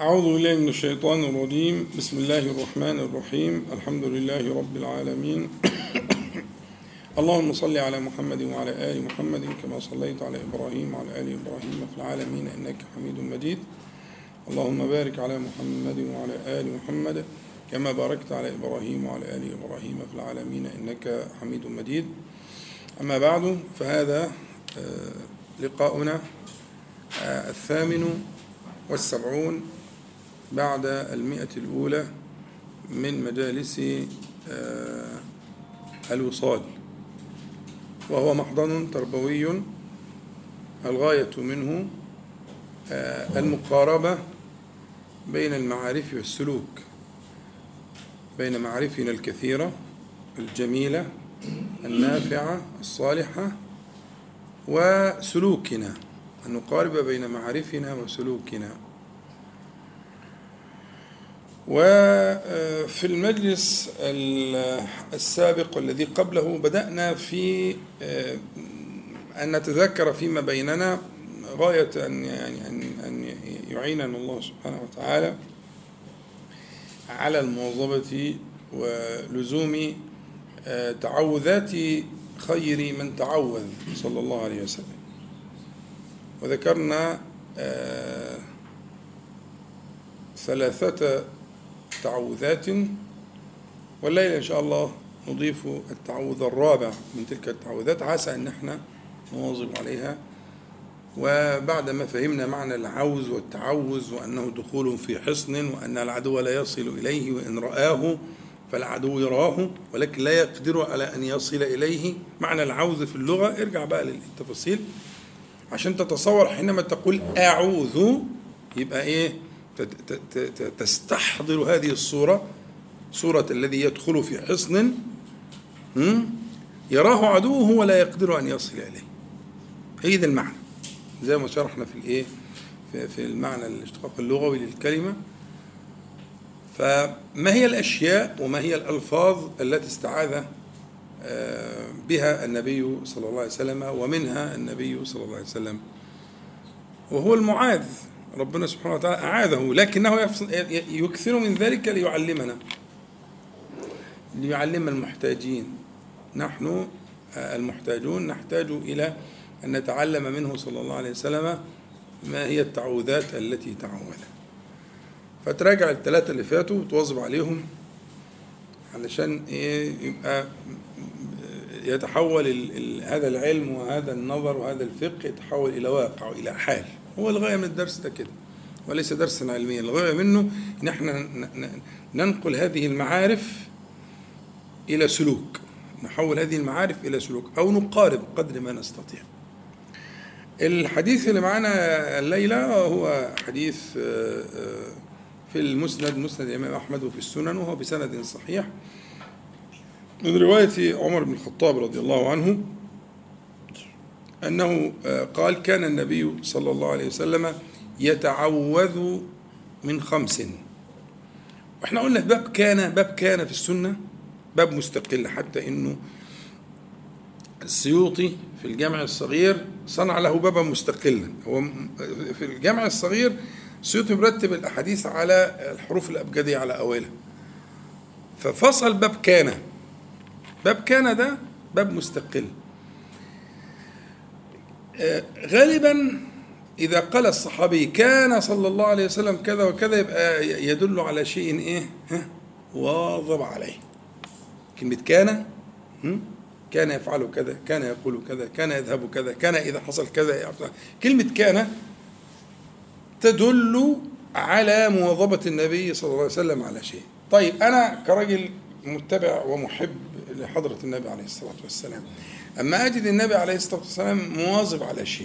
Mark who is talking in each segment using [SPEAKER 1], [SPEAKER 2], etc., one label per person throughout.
[SPEAKER 1] أعوذ بالله من الشيطان الرجيم. بسم الله الرحمن الرحيم. الحمد لله رب العالمين. اللهم صل على محمد وعلى آل محمد كما صليت على إبراهيم وعلى آل إبراهيم في العالمين إنك حميد مجيد. اللهم بارك على محمد وعلى آل محمد كما باركت على إبراهيم وعلى آل إبراهيم في العالمين إنك حميد مجيد. أما بعد، فهذا لقاؤنا 78 بعد 100 الأولى من مجالس الوصال، وهو محضن تربوي الغاية منه المقاربة بين المعارف والسلوك، بين معارفنا الكثيرة الجميلة النافعة الصالحة وسلوكنا، أن نقارب بين معارفنا وسلوكنا. وفي المجلس السابق والذي قبله بدأنا في أن نتذكر فيما بيننا غاية أن يعيننا الله سبحانه وتعالى على المواظبة ولزوم تعوذات خير من تعوذ صلى الله عليه وسلم. وذكرنا 3 تعوذات، والليلة إن شاء الله نضيف التعوذ الرابع من تلك التعوذات، عسى أن احنا نواظب عليها. وبعد ما فهمنا معنى العوذ والتعوذ وأنه دخول في حصن، وأن العدو لا يصل إليه، وإن رآه فالعدو يراه ولكن لا يقدر على أن يصل إليه، معنى العوذ في اللغة. ارجع بقى للتفاصيل عشان تتصور حينما تقول أعوذ يبقى إيه، تستحضر هذه الصورة، صورة الذي يدخل في حصن يراه عدوه ولا يقدر أن يصل إليه. هذا المعنى زي ما شرحنا في الإيه، في المعنى الاشتقاق اللغوي للكلمة. فما هي الأشياء وما هي الألفاظ التي استعاذ بها النبي صلى الله عليه وسلم، ومنها النبي صلى الله عليه وسلم وهو المعاذ، ربنا سبحانه وتعالى أعاذه، لكنه يكثر من ذلك ليعلمنا، ليعلم المحتاجين. نحن المحتاجون نحتاج إلى أن نتعلم منه صلى الله عليه وسلم ما هي التعوذات التي تعوذها. فتراجع ال3 اللي فاتوا وتواظب عليهم علشان يبقى يتحول هذا العلم وهذا النظر وهذا الفقه يتحول إلى واقع وإلى حال. هو الغاية من الدرس ده كده، وليس درسا علميا. الغاية منه إن احنا ننقل هذه المعارف إلى سلوك، نحول هذه المعارف إلى سلوك، أو نقارب قدر ما نستطيع. الحديث اللي معنا الليلة هو حديث في المسند، مسند الإمام أحمد، وفي السنن، وهو بسند صحيح من رواية عمر بن الخطاب رضي الله عنه أنه قال: كان النبي صلى الله عليه وسلم يتعوذ من 5. وإحنا قلنا باب كان في السنة باب مستقل، حتى إنه السيوطي في الجامع الصغير صنع له بابا مستقلا. هو في الجامع الصغير السيوطي مرتب الأحاديث على الحروف الأبجدية على أولها، ففصل باب كان ده باب مستقل. غالبا إذا قال الصحابي كان صلى الله عليه وسلم كذا وكذا يبقى يدل على شيء واظب عليه. كلمة كان يفعل كذا، كان يقول كذا، كان يذهب كذا، كان إذا حصل كذا يفعل. كلمة كان تدل على مواظبة النبي صلى الله عليه وسلم على شيء. طيب أنا كرجل متبع ومحب لحضرة النبي عليه الصلاة والسلام، أما أجد النبي عليه الصلاة والسلام مواظب على شيء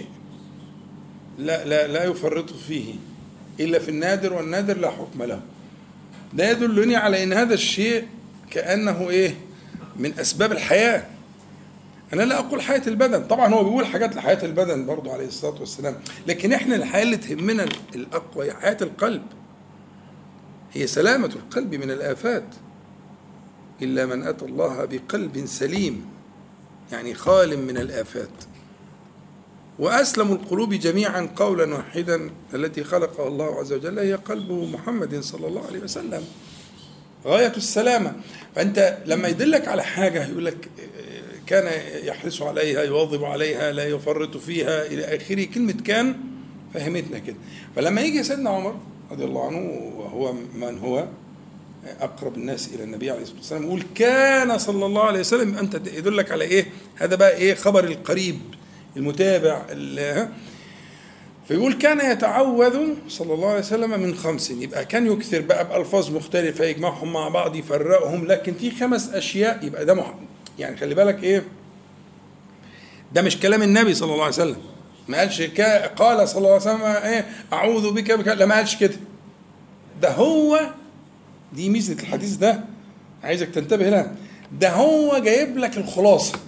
[SPEAKER 1] لا يفرط فيه إلا في النادر، والنادر لا حكم له، ده يدلني على أن هذا الشيء كأنه من أسباب الحياة. أنا لا أقول حياة البدن، طبعا هو بيقول حاجات لحياة البدن برضو عليه الصلاة والسلام، لكن إحنا الحياة اللي تهمنا الأقوى هي حياة القلب، هي سلامة القلب من الآفات. إلا من أتى الله بقلب سليم، يعني خال من الآفات. وأسلم القلوب جميعا قولا واحدا التي خلقه الله عز وجل هي قلب محمد صلى الله عليه وسلم، غاية السلامة. فأنت لما يدلك على حاجة يقول لك كان يحرص عليها، يواظب عليها، لا يفرط فيها إلى آخره، كلمة كان فهمتنا كده. فلما يجي سيدنا عمر رضي الله عنه وهو من هو أقرب الناس إلى النبي عليه الصلاة والسلام يقول كان صلى الله عليه وسلم، أنت يدلك على إيه؟ هذا بقى إيه؟ خبر القريب المتابع. فيقول كان يتعوذ صلى الله عليه وسلم من 5، يبقى كان يكثر بقى بألفاظ مختلفة يجمعهم مع بعض يفرقهم، لكن في 5 أشياء يبقى ده يعني خلي بالك إيه، ده مش كلام النبي صلى الله عليه وسلم، ما قالش قال صلى الله عليه وسلم إيه أعوذ بك لا ما قالش كده، ده هو، دي ميزة الحديث ده عايزك تنتبه لها، ده هو جايب لك الخلاصة،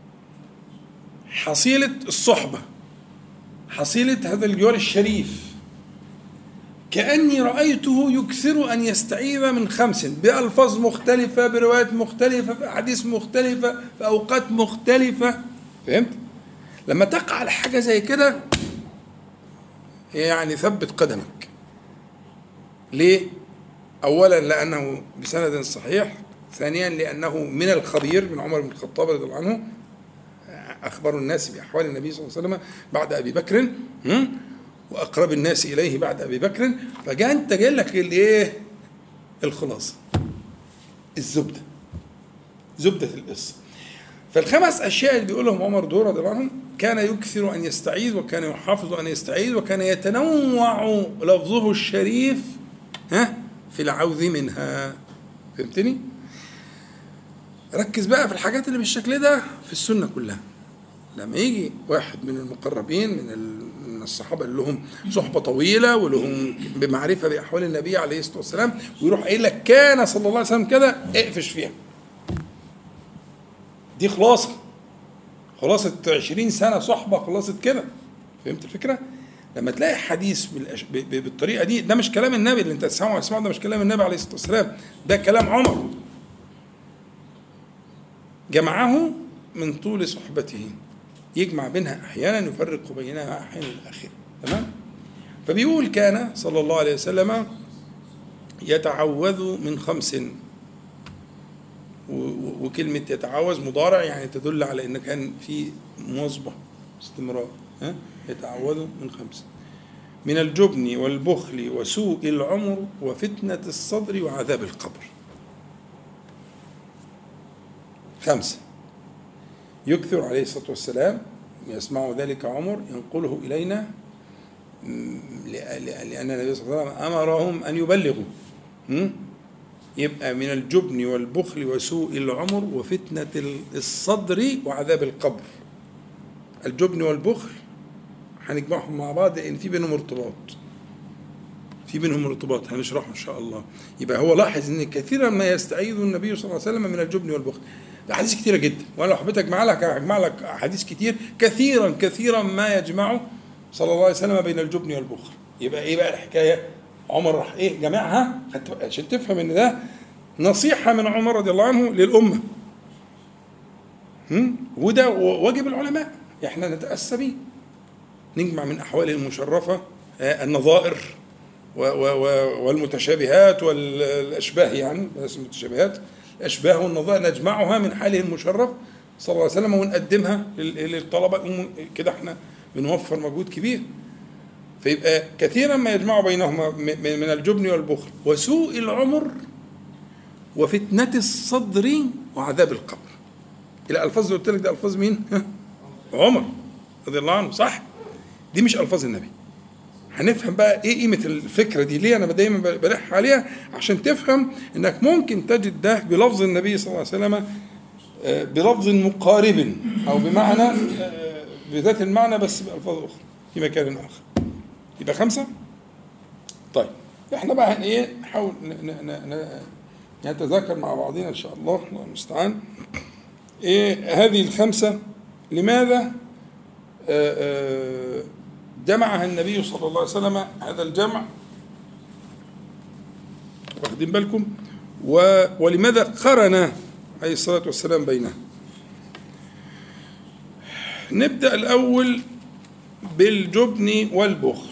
[SPEAKER 1] حصيلة الصحبة، حصيلة هذا الجوار الشريف. كأني رأيته يكثر أن يستعيذ من 5 بألفاظ مختلفة، بروايات مختلفة، في أحاديث مختلفة، في أوقات مختلفة. فهمت؟ لما تقع على حاجة زي كده يعني ثبت قدمك. ليه؟ أولا لأنه بسند صحيح، ثانيا لأنه من الخبير من عمر بن الخطاب رضي الله عنه، أخبر الناس بأحوال النبي صلى الله عليه وسلم بعد أبي بكر، وأقرب الناس إليه بعد أبي بكر، فجاء أنت جاي لك الإيه؟ الخلاصة، الزبدة، زبدة القصة. فال5 أشياء اللي بيقولهم عمر دول رضي الله عنه، كان يكثر أن يستعيذ، وكان يحافظ أن يستعيذ، وكان يتنوع لفظه الشريف في العوذ منها. فهمتني؟ ركز بقى في الحاجات اللي بالشكل ده في السنة كلها. لما يجي واحد من المقربين من الصحابة اللي لهم صحبة طويلة ولهم بمعرفة بأحوال النبي عليه الصلاة والسلام، ويروح قايل لك كان صلى الله عليه وسلم كده، اقفش فيها. دي خلاصة 20 سنة صحبة، خلاصة كده. فهمت الفكرة؟ لما تلاقي حديث بالطريقة دي، ده مش كلام النبي اللي انت تسمعه، ده مش كلام النبي عليه الصلاة والسلام، ده كلام عمر جمعه من طول صحبته، يجمع بينها أحيانا، يفرق بينها أحيانا الأخير. تمام؟ فبيقول كان صلى الله عليه وسلم يتعوذ من 5، وكلمة يتعوذ مضارع يعني تدل على أن كان في مواظبة استمرار. يتعوذ من 5: من الجبن والبخل وسوء العمر وفتنة الصدر وعذاب القبر. 5 يكثر عليه الصلاة والسلام، يسمع ذلك عمر ينقله إلينا، لأن النبي صلى الله عليه وسلم أمرهم أن يبلغوا. يبقى من الجبن والبخل وسوء العمر وفتنة الصدر وعذاب القبر. الجبن والبخل هنجمعهم مع بعض لأن في بينهم ارتباط، هنشرحه إن شاء الله. يبقى هو لاحظ أن كثيرا ما يستعيذ النبي صلى الله عليه وسلم من الجبن والبخل. أحاديث كثيرة جدا، وأنا لو حبيت أجمع لك أحاديث كتير، كثيرا ما يجمعه صلى الله عليه وسلم بين الجبن والبخل. يبقى إيه بقى الحكاية؟ عمر راح إيه جمعها عشان تفهم إن ده نصيحة من عمر رضي الله عنه للأمة، وده واجب العلماء إحنا نتأسى به، نجمع من أحوال المشرفة النظائر والمتشابهات والأشباه، يعني بس المتشابهات الأشباه والنظائر نجمعها من حاله المشرف صلى الله عليه وسلم ونقدمها للطلبة كده. احنا بنوفر مجهود كبير. فيبقى كثيرا ما يجمع بينهما من الجبن والبخل وسوء العمر وفتنة الصدر وعذاب القبر. إلى ألفاظ اللي قلت لك دي ألفاظ مين؟ عمر رضي الله عنه، صح؟ دي مش ألفاظ النبي. هنفهم بقى ايه قيمة الفكرة دي، ليه انا دايما بلح عليها، عشان تفهم انك ممكن تجد ده بلفظ النبي صلى الله عليه وسلم بلفظ مقارب او بمعنى بذات المعنى بس بألفاظ اخرى في مكان اخر. يبقى 5. طيب احنا بقى ايه نحاول نتذاكر مع بعضنا ان شاء الله، الله المستعان. ايه هذه ال5 لماذا جمعها النبي صلى الله عليه وسلم هذا الجمع؟ واخدين بالكم؟ ولماذا قرن عليه الصلاة والسلام بينها؟ نبدأ الأول بالجبن والبخل.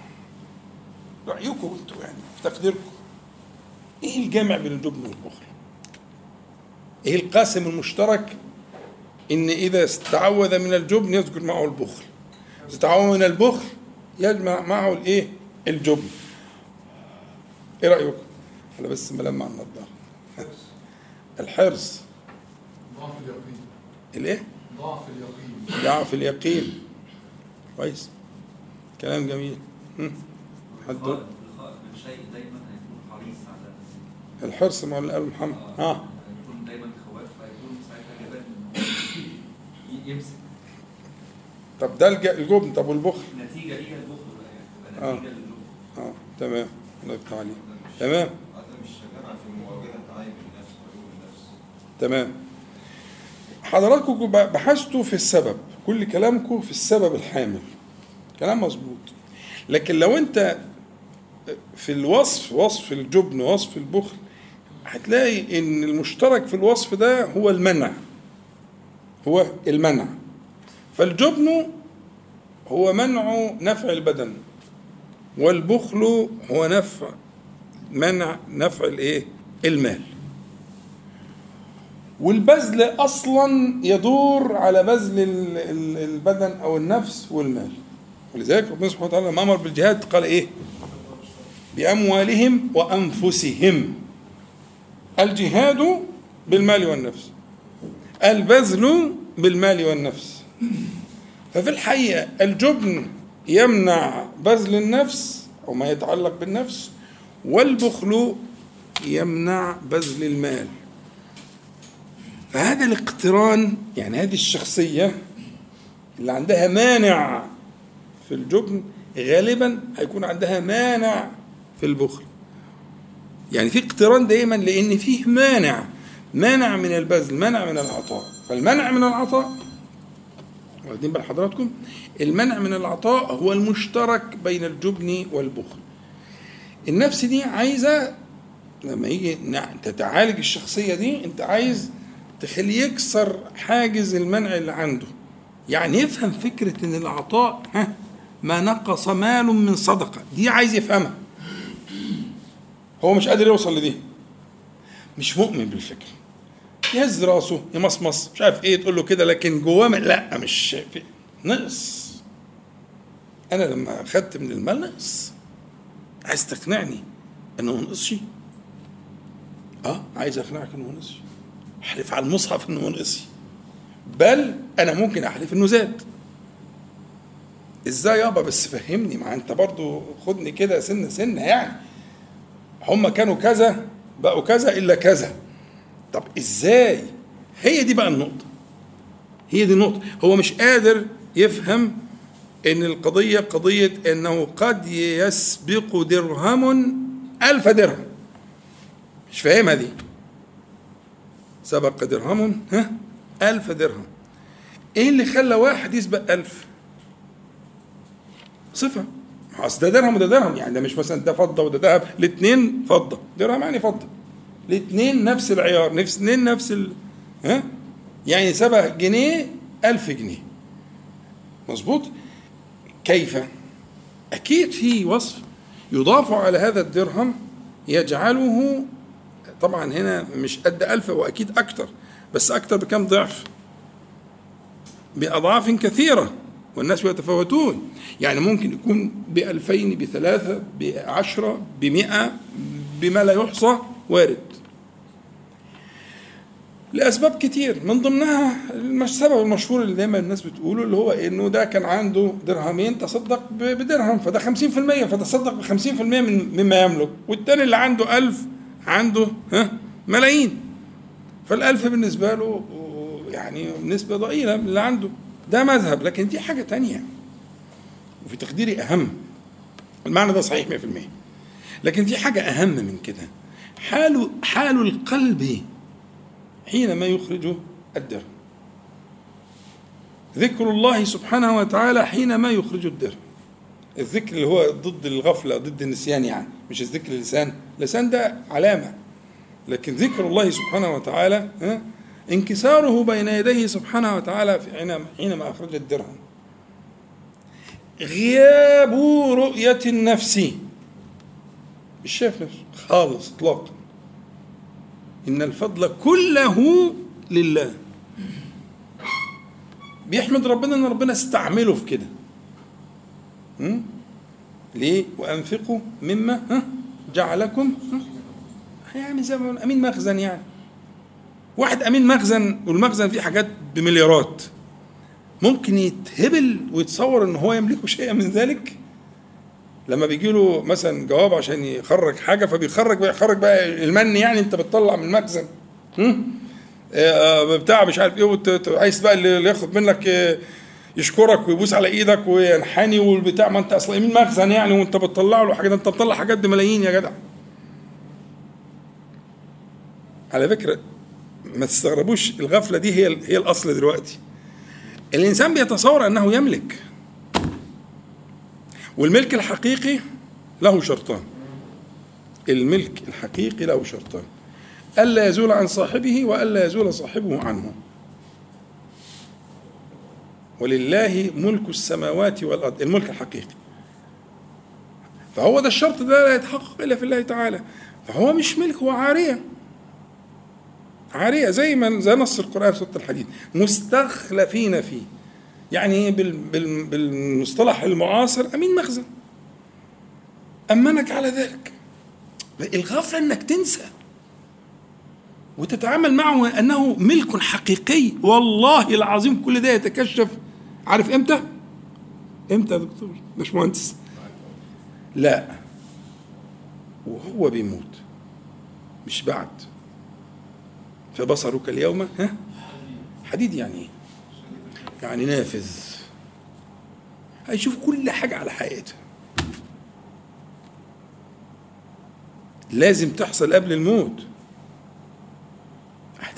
[SPEAKER 1] رأيكم انتوا يعني في تقديركم، ايه الجمع بين الجبن والبخل؟ ايه القاسم المشترك؟ ان اذا تعوذ من الجبن يذكر معه البخل، اذا تعوذ من البخل يجمع معه الايه؟ الجبن. ايه رأيكم؟ انا بس ملمع النضاره. الحرص،
[SPEAKER 2] ضعف اليقين.
[SPEAKER 1] الايه؟
[SPEAKER 2] ضعف اليقين.
[SPEAKER 1] ضعف اليقين. كويس، كلام جميل.
[SPEAKER 3] حد بالشيء دايما هيكون حريص على
[SPEAKER 1] الحرص مع اللي قاله محمد.
[SPEAKER 3] يكون دايما خواف، فيكون ساعتها جبان يمسك.
[SPEAKER 1] طب ده الجبن. طب والبخل؟
[SPEAKER 3] نتيجة ليها البخل بقى، يعني نتيجة للجبن.
[SPEAKER 1] تمام، الله يفتح عليك. تمام.
[SPEAKER 4] عدم الشجاعة في مواجهة عيب النفس وعيوب النفس.
[SPEAKER 1] تمام. حضراتكم بحثتوا في السبب، كل كلامكم في السبب الحامل، كلام مظبوط. لكن لو انت في الوصف، وصف الجبن ووصف البخل، هتلاقي ان المشترك في الوصف ده هو المنع، هو المنع. فالجبن هو منع نفع البدن، والبخل هو منع نفع الايه؟ المال. والبذل اصلا يدور على بذل البدن او النفس والمال. ولذلك ربنا سبحانه وتعالى لما امر بالجهاد قال ايه؟ باموالهم وانفسهم. الجهاد بالمال والنفس، البذل بالمال والنفس. ففي الحقيقه الجبن يمنع بذل النفس او ما يتعلق بالنفس، والبخل يمنع بذل المال. فهذا الاقتران، يعني هذه الشخصية اللي عندها مانع في الجبن غالبا هيكون عندها مانع في البخل. يعني في اقتران دائما، لأن فيه مانع من البذل، مانع من العطاء. فالمنع من العطاء، واخدين بال حضراتكم؟ المنع من العطاء هو المشترك بين الجبن والبخل. النفس دي عايزة لما يجي تتعالج الشخصية دي، انت عايز تخليه يكسر حاجز المنع اللي عنده، يعني يفهم فكرة ان العطاء ما نقص مال من صدقة، دي عايز يفهمها. هو مش قادر يوصل لدي، مش مؤمن بالفكرة، يهز راسه يمصمص مش عارف ايه، تقول له كده لكن جواه لا مش نقص. انا لما اخدت من المال نقص، عايز تقنعني انه ما نقصش؟ عايز اقنعك انه ما نقصش، احلف على المصحف انه ما نقصش، بل انا ممكن احلف انه زاد. ازاي يابا؟ بس فهمني، ما انت برضو خدني كده سنه يعني. هم كانوا كذا بقوا كذا الا كذا، طب ازاي؟ هي دي بقى النقطه، هي دي النقطه. هو مش قادر يفهم ان القضيه قضيه انه قد يسبق درهم 1000 درهم، مش فاهمها دي. سبق درهم 1000 درهم. ايه اللي خلى واحد يسبق 1000؟ صفة. اصل ده درهم وده درهم، يعني ده مش مثلا ده فضة وده ذهب، الاثنين فضة، درهم يعني فضة، الاثنين نفس العيار، الاثنين نفس يعني سبق جنيه 1000 جنيه. مظبوط؟ كيف؟ أكيد في وصف يضاف على هذا الدرهم يجعله، طبعا هنا مش قد 1000، وأكيد أكتر، بس أكتر بكم ضعف؟ بأضعاف كثيرة، والناس يتفاوتون. يعني ممكن يكون ب2000 ب3 ب10 ب100 بما لا يحصى، وارد لأسباب كتير، من ضمنها السبب المشهور اللي دايما الناس بتقوله، اللي هو إنه ده كان عنده درهمين تصدق بدرهم، فده 50%، فتصدق ب50% مما يملك، والتاني اللي عنده 1000 عنده ملايين، فال1000 بالنسبة له يعني نسبة ضئيلة من اللي عنده. ده مذهب، لكن دي حاجة تانية وفي تقديري أهم. المعنى ده صحيح 100%، لكن في حاجة أهم من كده، حال القلب حينما يخرج الدرهم، ذكر الله سبحانه وتعالى حينما يخرج الدرهم. الذكر اللي هو ضد الغفلة، ضد النسيان، يعني مش الذكر اللسان ده علامة، لكن ذكر الله سبحانه وتعالى انكساره بين يديه سبحانه وتعالى حينما أخرج الدرهم. غياب رؤية النفس، مش شايف نفسه خالص اطلاقا. إن الفضل كله لله. بيحمد ربنا إن ربنا استعمله في كده. ليه؟ وأنفقوا مما جعلكم يعني زي ما أمين مخزن. يعني واحد أمين مخزن، والمخزن فيه حاجات بمليارات، ممكن يتهبل ويتصور إن هو يملك شيئا من ذلك. لما بيجي له مثلا جواب عشان يخرج حاجة، فبيخرج بقى المن، يعني أنت بتطلع من المخزن بتاع مش عارف إيه، عايز بقى اللي ياخد منك يشكرك ويبوس على ايدك وينحني والبتاع، ما انت اصلا مين مخزن يعني وانت بتطلع له حاجه؟ انت بتطلع حاجات بملايين يا جدع. على فكره ما تستغربوش، الغفله دي هي الاصل دلوقتي. الانسان بيتصور انه يملك، والملك الحقيقي له شرطان. الملك الحقيقي له شرطان: الا يزول عن صاحبه والا يزول صاحبه عنه. ولله ملك السماوات والأرض، الملك الحقيقي. فهو ده الشرط، ده لا يتحقق إلا في الله تعالى. فهو مش ملك، هو عارية. عارية زي نص القرآن في سورة الحديد: مستخلفين فيه. يعني بالمصطلح المعاصر أمين مخزن، أمنك على ذلك. الغفلة أنك تنسى وتتعامل معه أنه ملك حقيقي. والله العظيم كل ده يتكشف، عارف إمتى يا دكتور مش مهندس؟ لا، وهو بيموت، مش بعد. فبصرك اليوم حديد. يعني إيه؟ يعني نافذ، هيشوف كل حاجة على حقيقتها. لازم تحصل قبل الموت. ده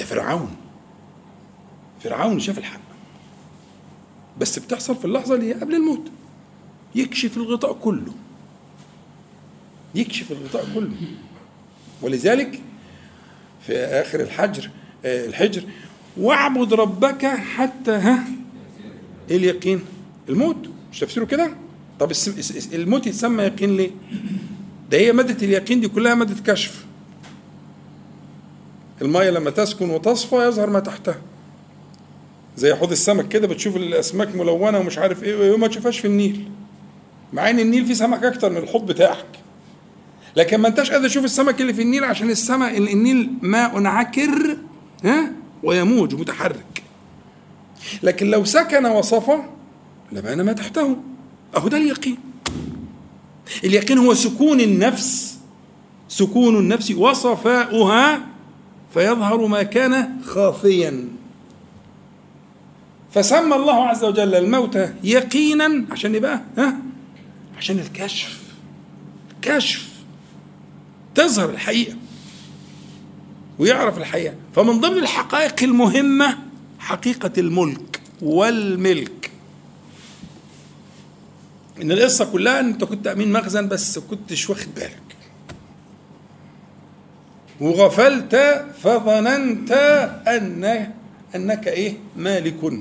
[SPEAKER 1] فرعون شاف الحق، بس بتحصل في اللحظة اللي هي قبل الموت. يكشف الغطاء كله. ولذلك في آخر الحجر: واعبد ربك حتى اليقين. الموت مش تفسيره كده؟ طب الموت يتسمى يقين ليه؟ ده هي مادة اليقين دي كلها مادة كشف. المية لما تسكن وتصفى يظهر ما تحتها، زي حوض السمك كده، بتشوف الأسماك ملونة ومش عارف إيه، وما تشوفهاش في النيل، مع إن النيل فيه سمك أكتر من الحوض بتاعك. لكن ما أنتش قادر تشوف السمك اللي في النيل، عشان النيل ماء عكر ويموج متحرك. لكن لو سكن وصفى لبان ما تحته. أهو ده اليقين. اليقين هو سكون النفس وصفاؤها، فيظهر ما كان خافيا. فسمى الله عز وجل الموت يقينا عشان يبقى عشان الكشف تظهر الحقيقة ويعرف الحقيقة. فمن ضمن الحقائق المهمة حقيقة الملك والملك. إن القصة كلها أنت كنت أمين مخزن بس كنتش واخد بالك، وغفلت فظننت أنك مالك.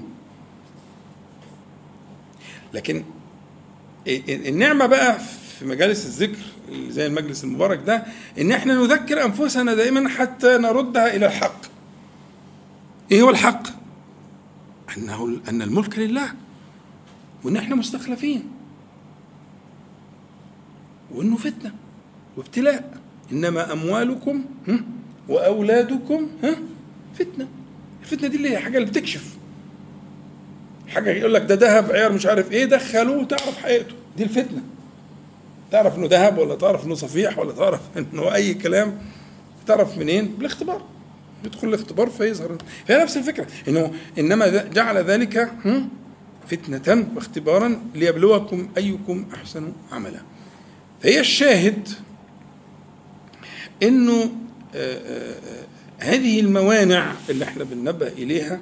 [SPEAKER 1] لكن النعمة بقى في مجالس الذكر زي المجلس المبارك ده، إن احنا نذكر أنفسنا دائما حتى نردها إلى الحق. إيه هو الحق؟ أن الملك لله، وإن احنا مستخلفين، وإنه فتنة وابتلاء. إنما أموالكم وأولادكم فتنة. الفتنة دي اللي هي حاجة اللي بتكشف حاجة، يقول لك ده ذهب عيار مش عارف ايه، دخلوه تعرف حقيقته. دي الفتنة، تعرف انه ذهب ولا تعرف انه صفيح ولا تعرف انه اي كلام. تعرف منين؟ بالاختبار. يدخل الاختبار فيظهر. هي نفس الفكرة، انما جعل ذلك فتنة واختبارا ليبلوكم ايكم احسن عملا. فهي الشاهد انه هذه الموانع اللي احنا بننبه اليها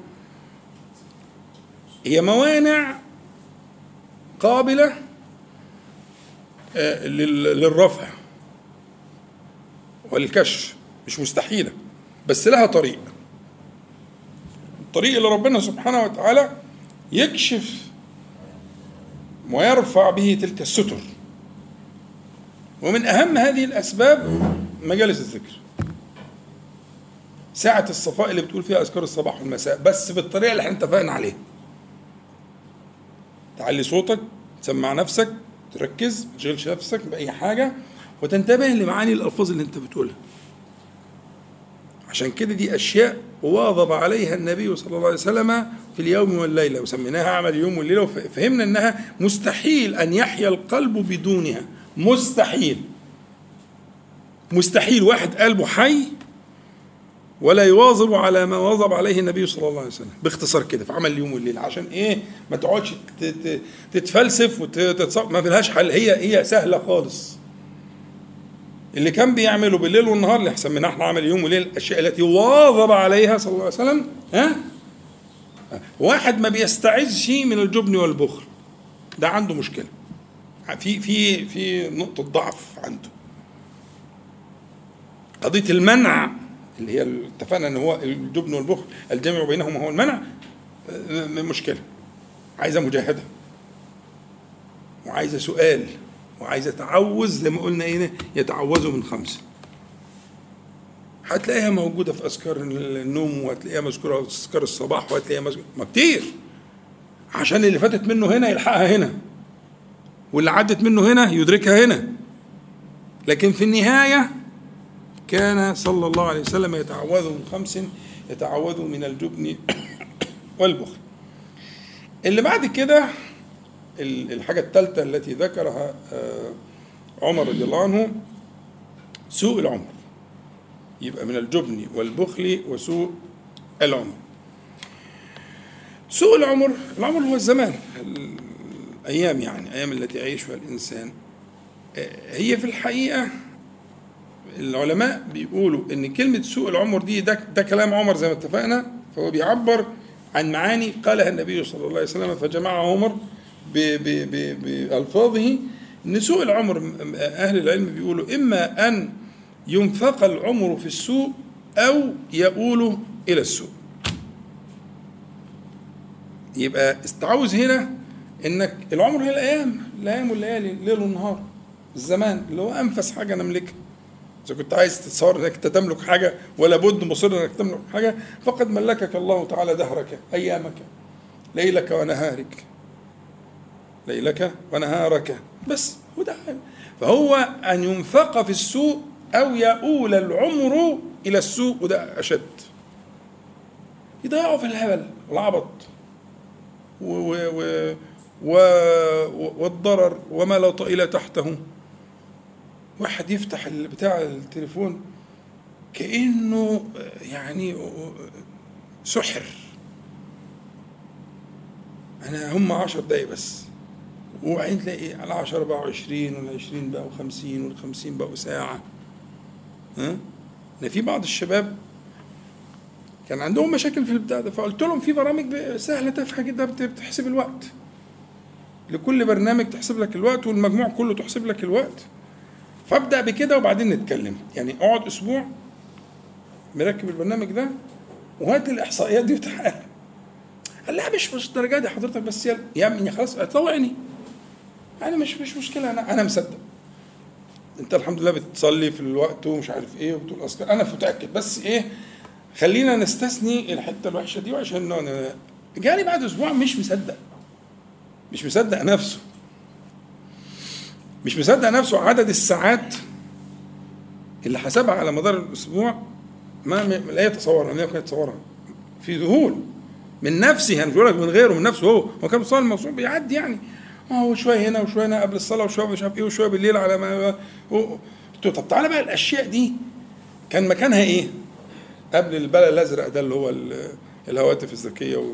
[SPEAKER 1] هي موانع قابلة للرفع والكشف، مش مستحيلة، بس لها طريق. الطريق اللي ربنا سبحانه وتعالى يكشف ويرفع به تلك الستر. ومن أهم هذه الأسباب مجالس الذكر، ساعة الصفاء اللي بتقول فيها أذكار الصباح والمساء، بس بالطريقة اللي احنا اتفقنا عليها. تعلي صوتك، تسمع نفسك، تركز، ما تشغلش نفسك بأي حاجة، وتنتبه لمعاني الألفاظ اللي انت بتقولها. عشان كده دي أشياء واظب عليها النبي صلى الله عليه وسلم في اليوم والليلة، وسميناها عمل اليوم والليلة، وفهمنا أنها مستحيل أن يحيا القلب بدونها. مستحيل، مستحيل واحد قلبه حي ولا يواظب على ما واظب عليه النبي صلى الله عليه وسلم. باختصار كده في عمل اليوم والليل، عشان ايه؟ ما تقعدش تتفلسف وتتصور، ما فيهاش حل. هي سهله خالص. اللي كان بيعمله بالليل والنهار اللي سميناه احنا عمل اليوم والليل، الاشياء التي واظب عليها صلى الله عليه وسلم. واحد ما بيستعذش من الجبن والبخل، ده عنده مشكله، في نقطه ضعف عنده. قضيه المنع اللي هي اتفقنا ان هو الجبن والبخل الجمع بينهما هو المنع، مشكله، عايزه مجاهده، وعايزه سؤال، وعايزه تعوذ، زي ما قلنا ايه، يتعوذوا من 5. هتلاقيها موجوده في اذكار النوم، وهتلاقيها مذكوره في اذكار الصباح، وهتلاقيها مذكوره ما كتير، عشان اللي فاتت منه هنا يلحقها هنا، واللي عدت منه هنا يدركها هنا. لكن في النهايه كان صلى الله عليه وسلم يتعوذ من 5، يتعوذ من الجبن والبخل. اللي بعد كده الحاجة الثالثة التي ذكرها عمر رضي الله عنه، سوء العمر. يبقى من الجبن والبخل وسوء العمر. سوء العمر هو الزمان، الأيام، يعني أيام التي يعيشها الإنسان. هي في الحقيقة العلماء بيقولوا ان كلمة سوء العمر دي ده كلام عمر زي ما اتفقنا، فهو بيعبر عن معاني قالها النبي صلى الله عليه وسلم، فجمعها عمر بألفاظه. ان سوء العمر اهل العلم بيقولوا اما ان ينفق العمر في السوء او يؤول الى السوء. يبقى استعوذ هنا انك العمر هي الايام والليالي، الليل والنهار، الزمان اللي هو انفس حاجة نملكها. إذا كنت عايز تتصور أنك تملك حاجة ولا بد مصر أنك تملك حاجة، فقد ملكك الله تعالى دهرك، أيامك، ليلك ونهارك، ليلك ونهارك، بس هو ده. فهو أن ينفق في السوء أو يؤول العمر إلى السوء، وده أشد، يضيعوا في الهبل والعبط والضرر وما لا طائل تحته. واحد يفتح بتاع التليفون كأنه يعني سحر. أنا هم 10 دقايق بس، وبعدين تلاقي على 10 بقوا 20، وال20 بقوا 50، وال50 بقوا ساعة. أنا في بعض الشباب كان عندهم مشاكل في البتاع ده، فقلت لهم في برامج سهلة تافهة جدا بتحسب الوقت، لكل برنامج تحسب لك الوقت، والمجموع كله تحسب لك الوقت. فابدأ بكده وبعدين نتكلم، يعني اقعد اسبوع مركب البرنامج ده وهات الاحصائيات دي وتعالى. قال لا مش الدرجه دي حضرتك، بس يا ابني خلاص اطوعني، يعني مش مشكله، انا مصدق انت الحمد لله بتصلي في الوقت ومش عارف ايه وبتقول اذكار، انا متاكد، بس ايه خلينا نستثني الحته الوحشه دي، وعشان جالي بعد اسبوع مش مصدق نفسه، مش مصدق نفسه. عدد الساعات اللي حسبها على مدار الأسبوع ما لا يتصور، لا يمكن يتصورها، في ذهول من نفسه. أنا مش بقول لك من غيره، من نفسه هو كان بيصلي الموضوع بيعدي، يعني هو شوية هنا وشوية هنا قبل الصلاة، وشوية مش عارف إيه، وشوية بالليل على ما طب تعالى بقى الأشياء دي كان مكانها إيه قبل البلد الأزرق ده اللي هو الهواتف الذكية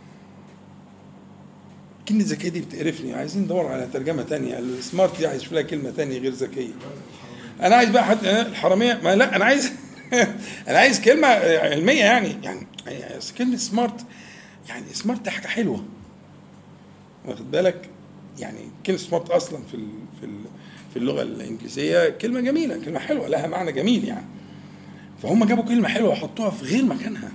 [SPEAKER 1] كلمة ذكية دي بتقرفني، عايزين ندور على ترجمة تانية. السمارت دي عايز لها كلمة تانية غير ذكية. أنا عايز بقى حد الحرامية، ما لا أنا عايز أنا عايز كلمة علمية، يعني كلمة سمارت، يعني سمارت حاجة حلوة، واخد بالك؟ يعني كلمة سمارت أصلا في اللغة الإنجليزية كلمة جميلة، كلمة حلوة لها معنى جميل يعني. فهم جابوا كلمة حلوة وحطوها في غير مكانها،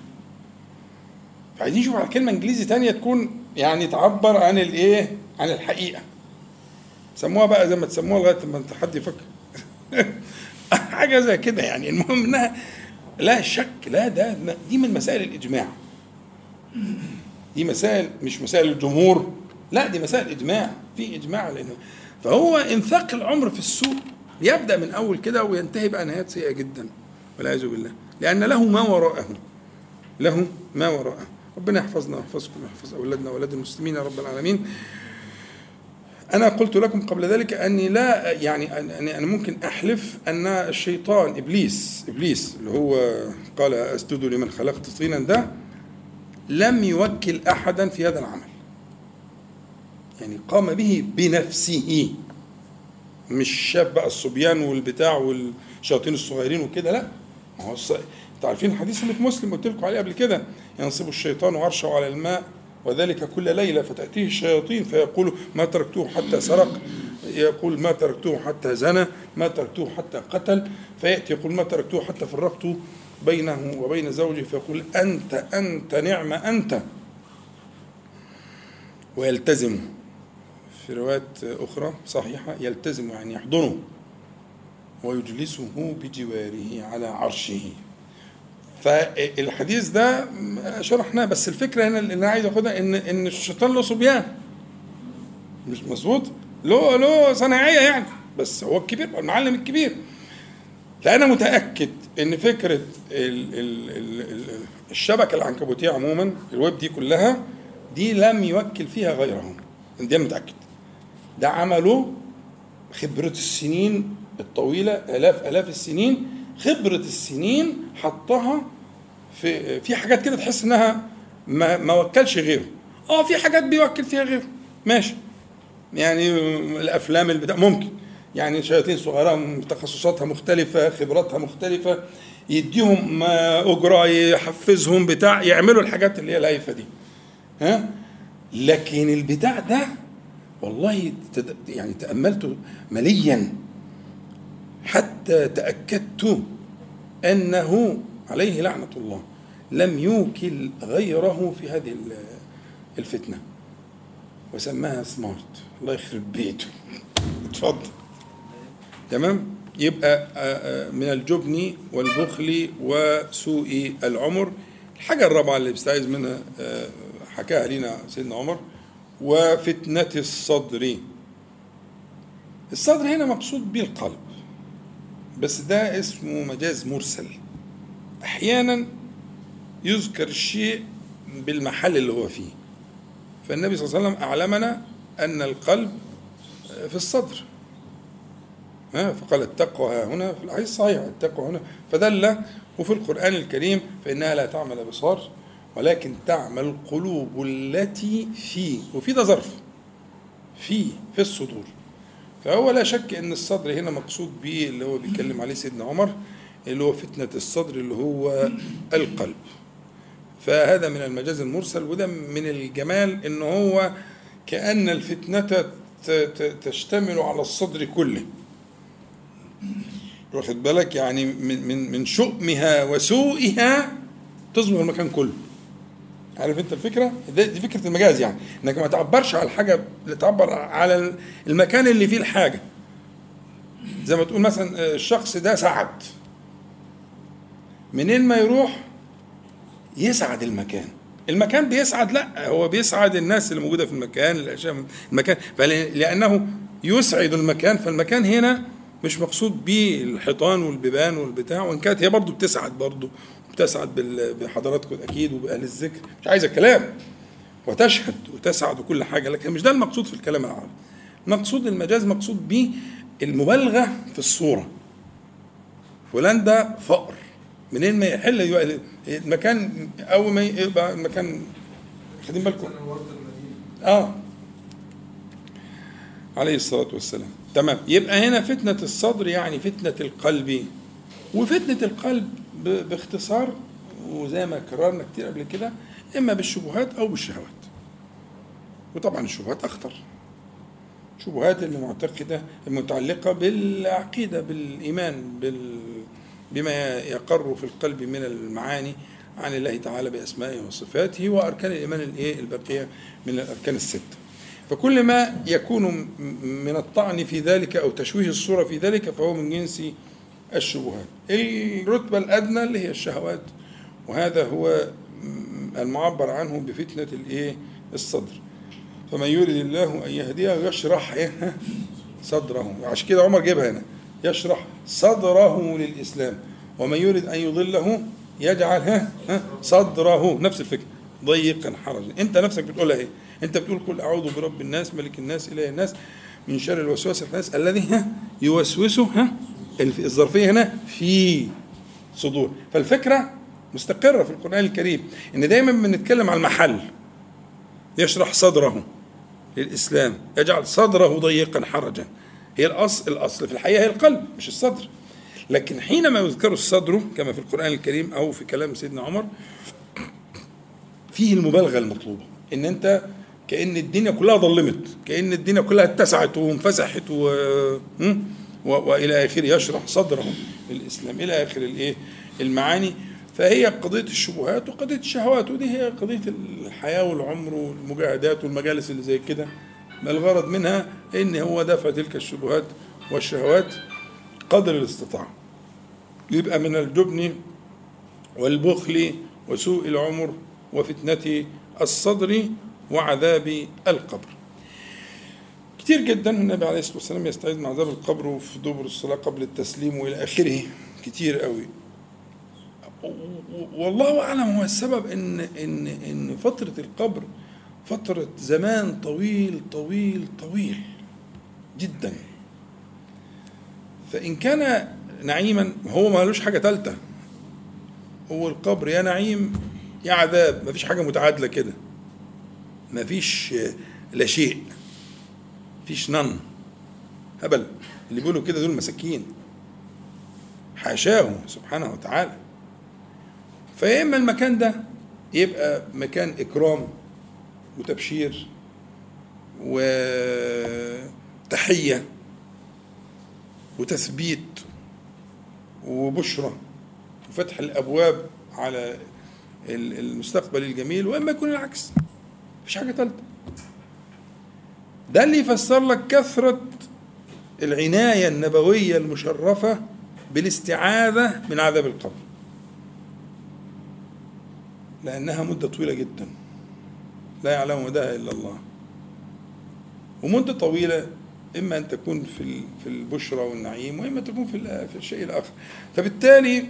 [SPEAKER 1] فعايزين نشوف على كلمة إنجليزي تانية تكون يعني تعبر عن الإيه، عن الحقيقة. سموها بقى زي ما تسموها لغايه ما انت حد يفكر حاجه زي كده يعني. المهم انها لا شك، لا دي من مسائل الاجماع، دي مسائل مش مسائل الجمهور، لا دي مسائل اجماع، في اجماع. لانه فهو انفاق العمر في السوق يبدا من اول كده وينتهي بقى نهايات سيئه جدا والعياذ بالله، لان له ما وراءه، له ما وراءه. ربنا يحفظنا ويحفظكم ويحفظ اولادنا واولاد المسلمين يا رب العالمين. أنا قلت لكم قبل ذلك أني لا يعني أنا ممكن أحلف أن الشيطان إبليس اللي هو قال أسجد لمن خلقت طينا ده لم يوكل أحدا في هذا العمل، يعني قام به بنفسه، مش شاب بقى الصبيان والبتاع والشياطين الصغيرين وكده، لا. ما هو انتوا عارفين الحديث اللي في مسلم قلت لكم عليه قبل كده، ينصب الشيطان عرشه على الماء وذلك كل ليلة فتأتيه الشياطين فيقول ما تركته حتى سرق، يقول ما تركته حتى زنى، ما تركته حتى قتل، فيأتي يقول ما تركته حتى فرقت بينه وبين زوجه، فيقول أنت نعم أنت، ويلتزم. في روايات أخرى صحيحة يلتزم يعني يحضنه ويجلسه بجواره على عرشه. فالحديث ده شرحناه، بس الفكره هنا اللي انا عايز اخدها ان الشيطان له صبيان، مش مظبوط، له صناعيه يعني، بس هو الكبير المعلم الكبير. فانا متاكد ان فكره الشبكه العنكبوتيه عموما الويب دي كلها دي لم يوكل فيها غيرهم، دي انا متاكد. ده عمله خبره السنين الطويله، الاف السنين، خبرة السنين حطها في حاجات كده تحس انها ما وكلش غيره. في حاجات بيوكل فيها غيره ماشي، يعني الافلام البتاع ممكن، يعني شياطين صغيرة تخصصاتها مختلفة، خبراتها مختلفة، يديهم اجرة، يحفزهم بتاع، يعملوا الحاجات اللي هي الهايفة دي. لكن البتاع ده والله يعني تأملته مليا حتى تأكدت أنه عليه لعنة الله لم يوكل غيره في هذه الفتنة، وسماها سمارت. الله يخرب بيته اتفضل. تمام. يبقى من الجبن والبخل وسوء العمر. الحاجة الرابعة اللي بيستعيذ منها حكاها لنا سيدنا عمر، وفتنة الصدر. الصدر هنا مقصود به القلب، بس ده اسمه مجاز مرسل. احيانا يذكر الشيء بالمحل اللي هو فيه، فالنبي صلى الله عليه وسلم اعلمنا ان القلب في الصدر، فقال التقوى هنا في الحديث الصحيح، التقوى هنا، فدل. وفي القرآن الكريم فإنها لا تعمل الأبصار ولكن تعمل القلوب التي في، وفي ده ظرف في الصدور. فهو لا شك ان الصدر هنا مقصود به اللي هو بيتكلم عليه سيدنا عمر، اللي هو فتنة الصدر اللي هو القلب. فهذا من المجاز المرسل، وده من الجمال ان هو كأن الفتنة تشتمل على الصدر كله، واخد بالك، يعني من شؤمها وسوءها تصبح المكان كله. عارف انت الفكرة؟ دي فكرة المجاز، يعني انك ما تعبرش على الحاجة، اللي تعبر على المكان اللي فيه الحاجة. زي ما تقول مثلا الشخص ده سعد، منين ما يروح يسعد المكان بيسعد، لا هو بيسعد الناس اللي موجودة في المكان، الأشياء المكان، لأنه يسعد المكان. فالمكان هنا مش مقصود به الحيطان والبيبان والبتاع، وإن كانت هي برضو بتسعد بحضراتكم أكيد وبأهل الذكر، مش عايز الكلام، وتشهد وتسعد وكل حاجة، لكن مش ده المقصود في الكلام العربي. مقصود المجاز مقصود به المبالغة في الصورة. فلان ده فقر، منين ما يحل المكان، أول ما يبقى المكان، خدين بالكم عليه الصلاة والسلام. تمام. يبقى هنا فتنة الصدر يعني فتنة القلب. وفتنة القلب باختصار، وزي ما كررنا كتير قبل كده، إما بالشبهات أو بالشهوات. وطبعا الشبهات أخطر، شبهات اللي معتقدة المتعلقة بالعقيدة، بالإيمان، بما يقر في القلب من المعاني عن الله تعالى بأسمائه وصفاته، وأركان الإيمان الباقية من الأركان الستة. فكل ما يكون من الطعن في ذلك أو تشويه الصورة في ذلك فهو من جنس الشبهات. الرتبة الأدنى اللي هي الشهوات، وهذا هو المعبر عنه بفتنة الصدر. فمن يريد الله أن يهديه يشرح صدره، عشان كده عمر جايبها هنا، يشرح صدره للإسلام. ومن يريد أن يضله يجعل صدره، نفس الفكرة، ضيقا حرجا. انت نفسك بتقولها ايه؟ انت بتقول قل اعوذ برب الناس ملك الناس اله الناس من شر الوسواس الخناس الذي يوسوس الظرفيه هنا في صدور. فالفكره مستقره في القران الكريم ان دايما بنتكلم عن المحل، يشرح صدره للاسلام يجعل صدره ضيقا حرجا. هي الاصل في الحقيقه هي القلب مش الصدر، لكن حينما يذكر الصدر كما في القران الكريم او في كلام سيدنا عمر فيه المبالغة المطلوبة، إن أنت كأن الدنيا كلها ظلمت، كأن الدنيا كلها اتسعت وانفسحت وإلى آخره، يشرح صدره الإسلام إلى آخر المعاني. فهي قضية الشبهات وقضية الشهوات، ودي هي قضية الحياة والعمر والمجاهدات والمجالس اللي زي كده. ما الغرض منها؟ إن هو دفع تلك الشبهات والشهوات قدر الاستطاعة. يبقى من الجبن والبخل وسوء العمر وفتنة الصدر وعذاب القبر. كتير جدا النبي عليه الصلاة والسلام يستعيذ من عذاب القبر وفي دبر الصلاة قبل التسليم وإلى آخره، كتير قوي. والله أعلم هو السبب إن فترة القبر فترة زمان طويل طويل طويل جدا. فإن كان نعيما هو ما لوش حاجة ثالثة، هو القبر يا نعيم يا عذاب، مفيش حاجة متعادلة كده، مفيش لا شيء، مفيش هبل. اللي بيقولوا كده دول مساكين، حاشاه سبحانه وتعالى. فيا إما المكان ده يبقى مكان إكرام وتبشير وتحية وتثبيت وبشرة وفتح الأبواب على المستقبل الجميل، وإما يكون العكس، مفيش حاجة ثالثة. ده اللي يفسر لك كثرة العناية النبوية المشرفة بالاستعاذة من عذاب القبر، لأنها مدة طويلة جدا لا يعلم مداها إلا الله، ومدة طويلة إما أن تكون في البشرى والنعيم، وإما تكون في الشيء الآخر. فبالتالي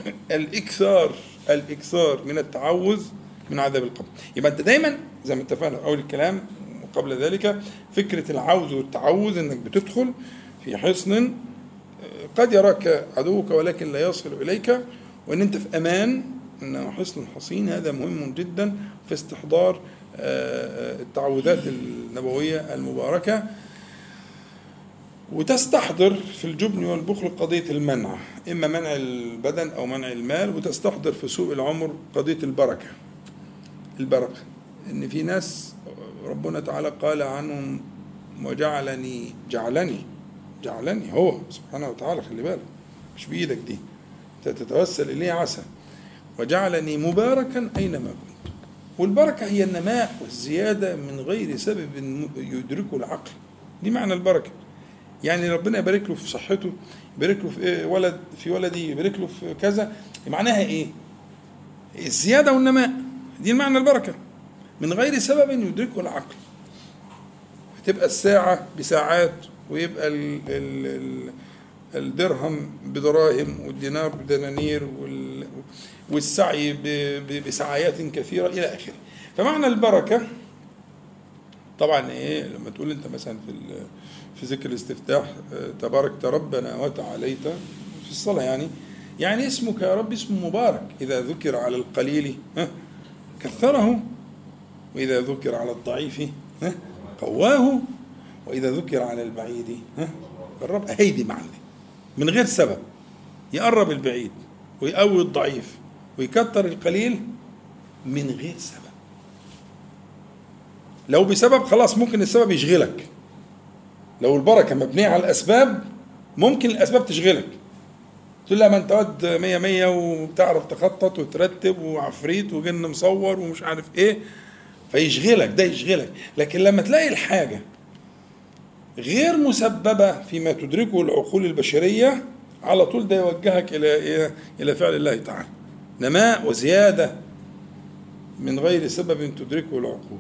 [SPEAKER 1] الإكثار من التعوذ من عذاب القبر. يبقى أنت دايما زي ما اتفقنا في أول الكلام وقبل ذلك، فكرة العوذ والتعوذ إنك بتدخل في حصن قد يراك عدوك ولكن لا يصل إليك، وإن أنت في أمان، إنه حصن حصين. هذا مهم جدا في استحضار التعوذات النبوية المباركة. وتستحضر في الجبن والبخل قضية المنع، إما منع البدن أو منع المال، وتستحضر في سوء العمر قضية البركة. إن في ناس ربنا تعالى قال عنهم وجعلني هو سبحانه وتعالى، خلي بالك مش بإيدك دي، تتوسل إليه عسى، وجعلني مباركا أينما كنت. والبركة هي النماء والزيادة من غير سبب يدركه العقل، دي معنى البركة. يعني ربنا يبارك له في صحته، يبارك له في ولدي، يبارك له في كذا. معناها ايه؟ الزيادة والنماء، دي معنى البركة، من غير سبب يدركه العقل. تبقى الساعة بساعات، ويبقى الدرهم بدراهم، والدينار بدنانير، والسعي بسعايات كثيرة إلى آخره. فمعنى البركة طبعا ايه؟ لما تقول انت مثلا في ذكر الاستفتاح تباركت ربنا وتعاليت في الصلاة، يعني اسمك يا رب اسم مبارك، إذا ذكر على القليل كثره، وإذا ذكر على الضعيف قواه، وإذا ذكر على البعيد قرب. هيدي معنى من غير سبب، يقرب البعيد ويقوي الضعيف ويكتر القليل من غير سبب. لو بسبب خلاص ممكن السبب يشغلك، لو البركة مبنية على الأسباب ممكن الأسباب تشغلك، تقول لها ما أنت واد 100 وبتعرف تخطط وترتب وعفريت وجن مصور ومش عارف إيه، فيشغلك، ده يشغلك. لكن لما تلاقي الحاجة غير مسببة فيما تدركه العقول البشرية، على طول ده يوجهك إلى فعل الله تعالى، نماء وزيادة من غير سبب تدركه العقول.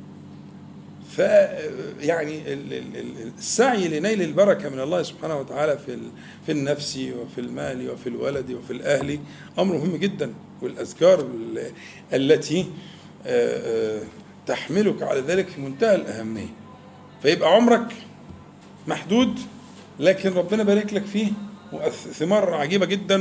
[SPEAKER 1] فيعني السعي لنيل البركة من الله سبحانه وتعالى في النفس وفي المال وفي الولد وفي الأهل أمر مهم جدا، والأذكار التي تحملك على ذلك في منتهى الأهمية. فيبقى عمرك محدود لكن ربنا بارك لك فيه، وثمار عجيبة جدا.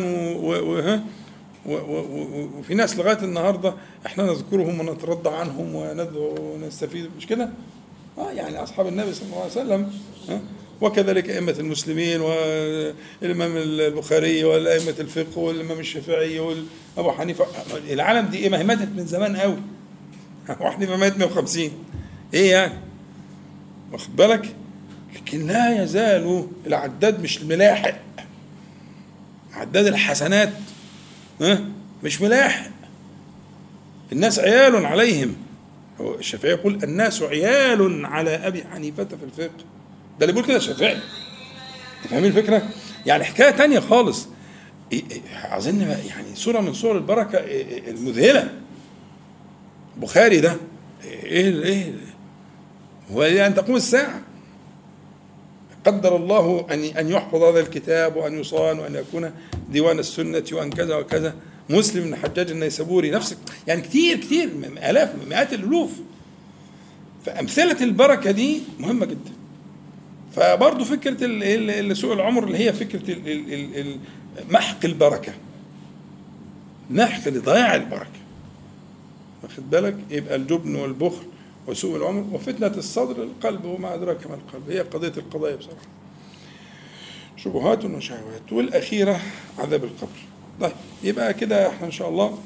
[SPEAKER 1] وفي ناس لغاية النهاردة احنا نذكرهم ونترضى عنهم وندعو ونستفيد، مش كده؟ يعني أصحاب النبي صلى الله عليه وسلم، وكذلك أئمة المسلمين والإمام البخاري والأئمة الفقه والإمام الشافعي وأبو حنيفة. العالم دي ما هي ماتت من زمان قوي. أبو حنيفة مات 150، إيه يعني؟ واخد بالك؟ لكن لا يزال العداد مش ملاحق، عداد الحسنات مش ملاحق. الناس عيال عليهم. الشافعي يقول الناس عيال على أبي حنيفة في الفقه، ده اللي بيقول كده الشافعي. فاهمين الفكرة؟ يعني حكاية تانية خالص. أظن يعني صورة من صور البركة المذهلة. بخاري ده إيه هو أن تقوم الساعة، قدر الله أن يحفظ هذا الكتاب وأن يصان وأن يكون ديوان السنة وأن كذا وكذا. مسلم بن الحجاج النيسابوري نفسك، يعني كتير آلاف مئات الألوف. فأمثلة البركة دي مهمة جدا. فبرضه فكرة سوء العمر اللي هي فكرة محق البركة، محق لضياع البركة، واخد بالك؟ يبقى الجبن والبخل وسوء العمر وفتنة الصدر القلب، وما أدراك ما القلب. هي قضية القضايا بصراحة، شبهات وشهوات. والأخيرة عذاب القبر. طيب يبقى كده احنا إن شاء الله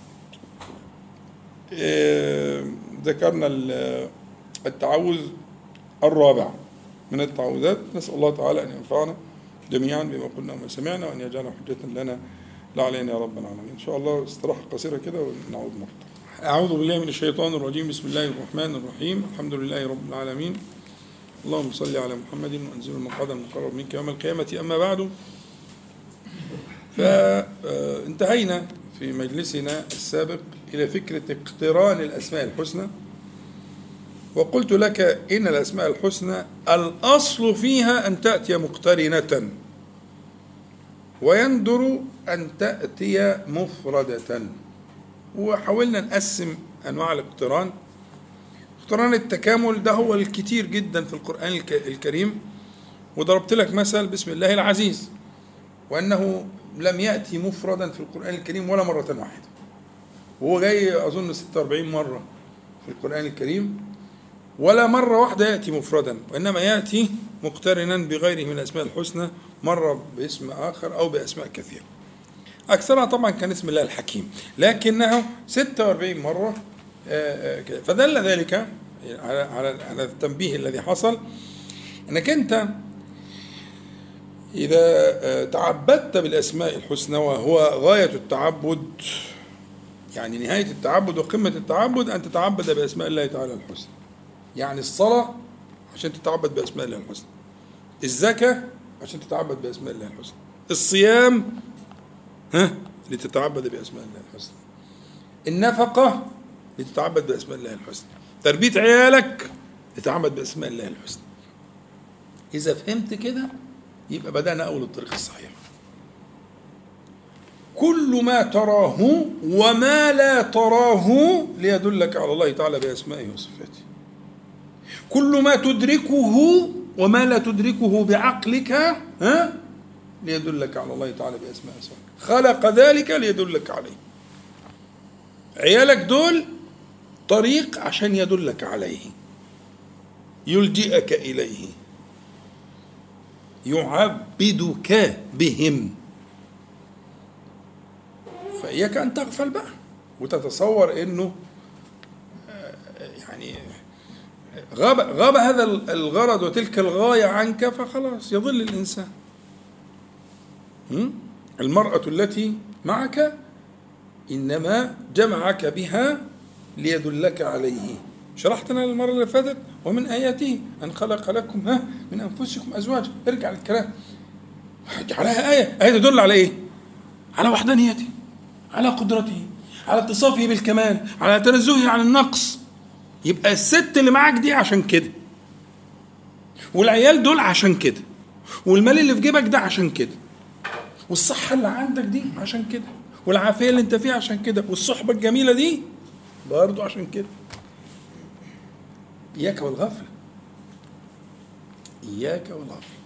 [SPEAKER 1] ذكرنا التعوذ الرابع من التعوذات. نسأل الله تعالى أن ينفعنا جميعا بما قلنا وما سمعنا، وأن يجعله حجة لنا لا علينا يا رب العالمين. إن شاء الله استراحة قصيرة كده ونعود مرة. أعوذ بالله من الشيطان الرجيم. بسم الله الرحمن الرحيم. الحمد لله رب العالمين. اللهم صل على محمد وأنزل المقعد المقرب منك يوم القيامة. أما بعد، فانتهينا في مجلسنا السابق إلى فكرة اقتران الأسماء الحسنى، وقلت لك إن الأسماء الحسنى الأصل فيها أن تأتي مقترنة، ويندر أن تأتي مفردة. وحاولنا نقسم أنواع الاقتران. اقتران التكامل ده هو الكتير جدا في القرآن الكريم، وضربت لك مثل بسم الله العزيز، وأنه لم يأتي مفردا في القرآن الكريم ولا مرة واحدة، وهو جاي أظن 46 مرة في القرآن الكريم، ولا مرة واحدة يأتي مفردا، وإنما يأتي مقترنا بغيره من الأسماء الحسنى، مرة باسم آخر أو بأسماء كثيرة. أكثرها طبعا كان اسم الله الحكيم، لكنه 46 مرة. فدل ذلك على التنبيه الذي حصل، أنك أنت إذا تعبدت بالأسماء الحسنى، وهو غاية التعبد، يعني نهاية التعبد وقمة التعبد أن تتعبد بأسماء الله تعالى الحسنى. يعني الصلاة عشان تتعبد بأسماء الله الحسنى، الزكاة عشان تتعبد بأسماء الله الحسنى، الصيام لتتعبد بأسماء الله الحسنى، النفقة لتتعبد بأسماء الله الحسنى، تربية عيالك لتتعبد بأسماء الله الحسنى. إذا فهمت كده يبقى بدأنا أول الطريق الصحيح. كل ما تراه وما لا تراه ليدلك على الله تعالى بأسمائه وصفاته. كل ما تدركه وما لا تدركه بعقلك ليدلك على الله تعالى بأسمائه وصفاته. خلق ذلك ليدلك عليه. عيالك دول طريق عشان يدلك عليه، يلجئك إليه، يعبدك بهم. فإياك أن تغفل بقى وتتصور إنه يعني غاب هذا الغرض وتلك الغاية عنك، فخلاص يضل الإنسان. المرأة التي معك إنما جمعك بها ليدلك عليه، شرحتنا المرة اللي فاتت ومن آياته أن خلق لكم من أنفسكم أزواجا. ارجع للكلام، جعلها آية تدل على إيه؟ على وحدانيته، على قدرته، على اتصافه بالكمال، على تنزهه عن النقص. يبقى الست اللي معاك دي عشان كده، والعيال دول عشان كده، والمال اللي في جيبك ده عشان كده، والصحة اللي عندك دي عشان كده، والعافية اللي انت فيها عشان كده، والصحبة الجميلة دي برضو عشان كده. إياك والغفلة، إياك والغفلة،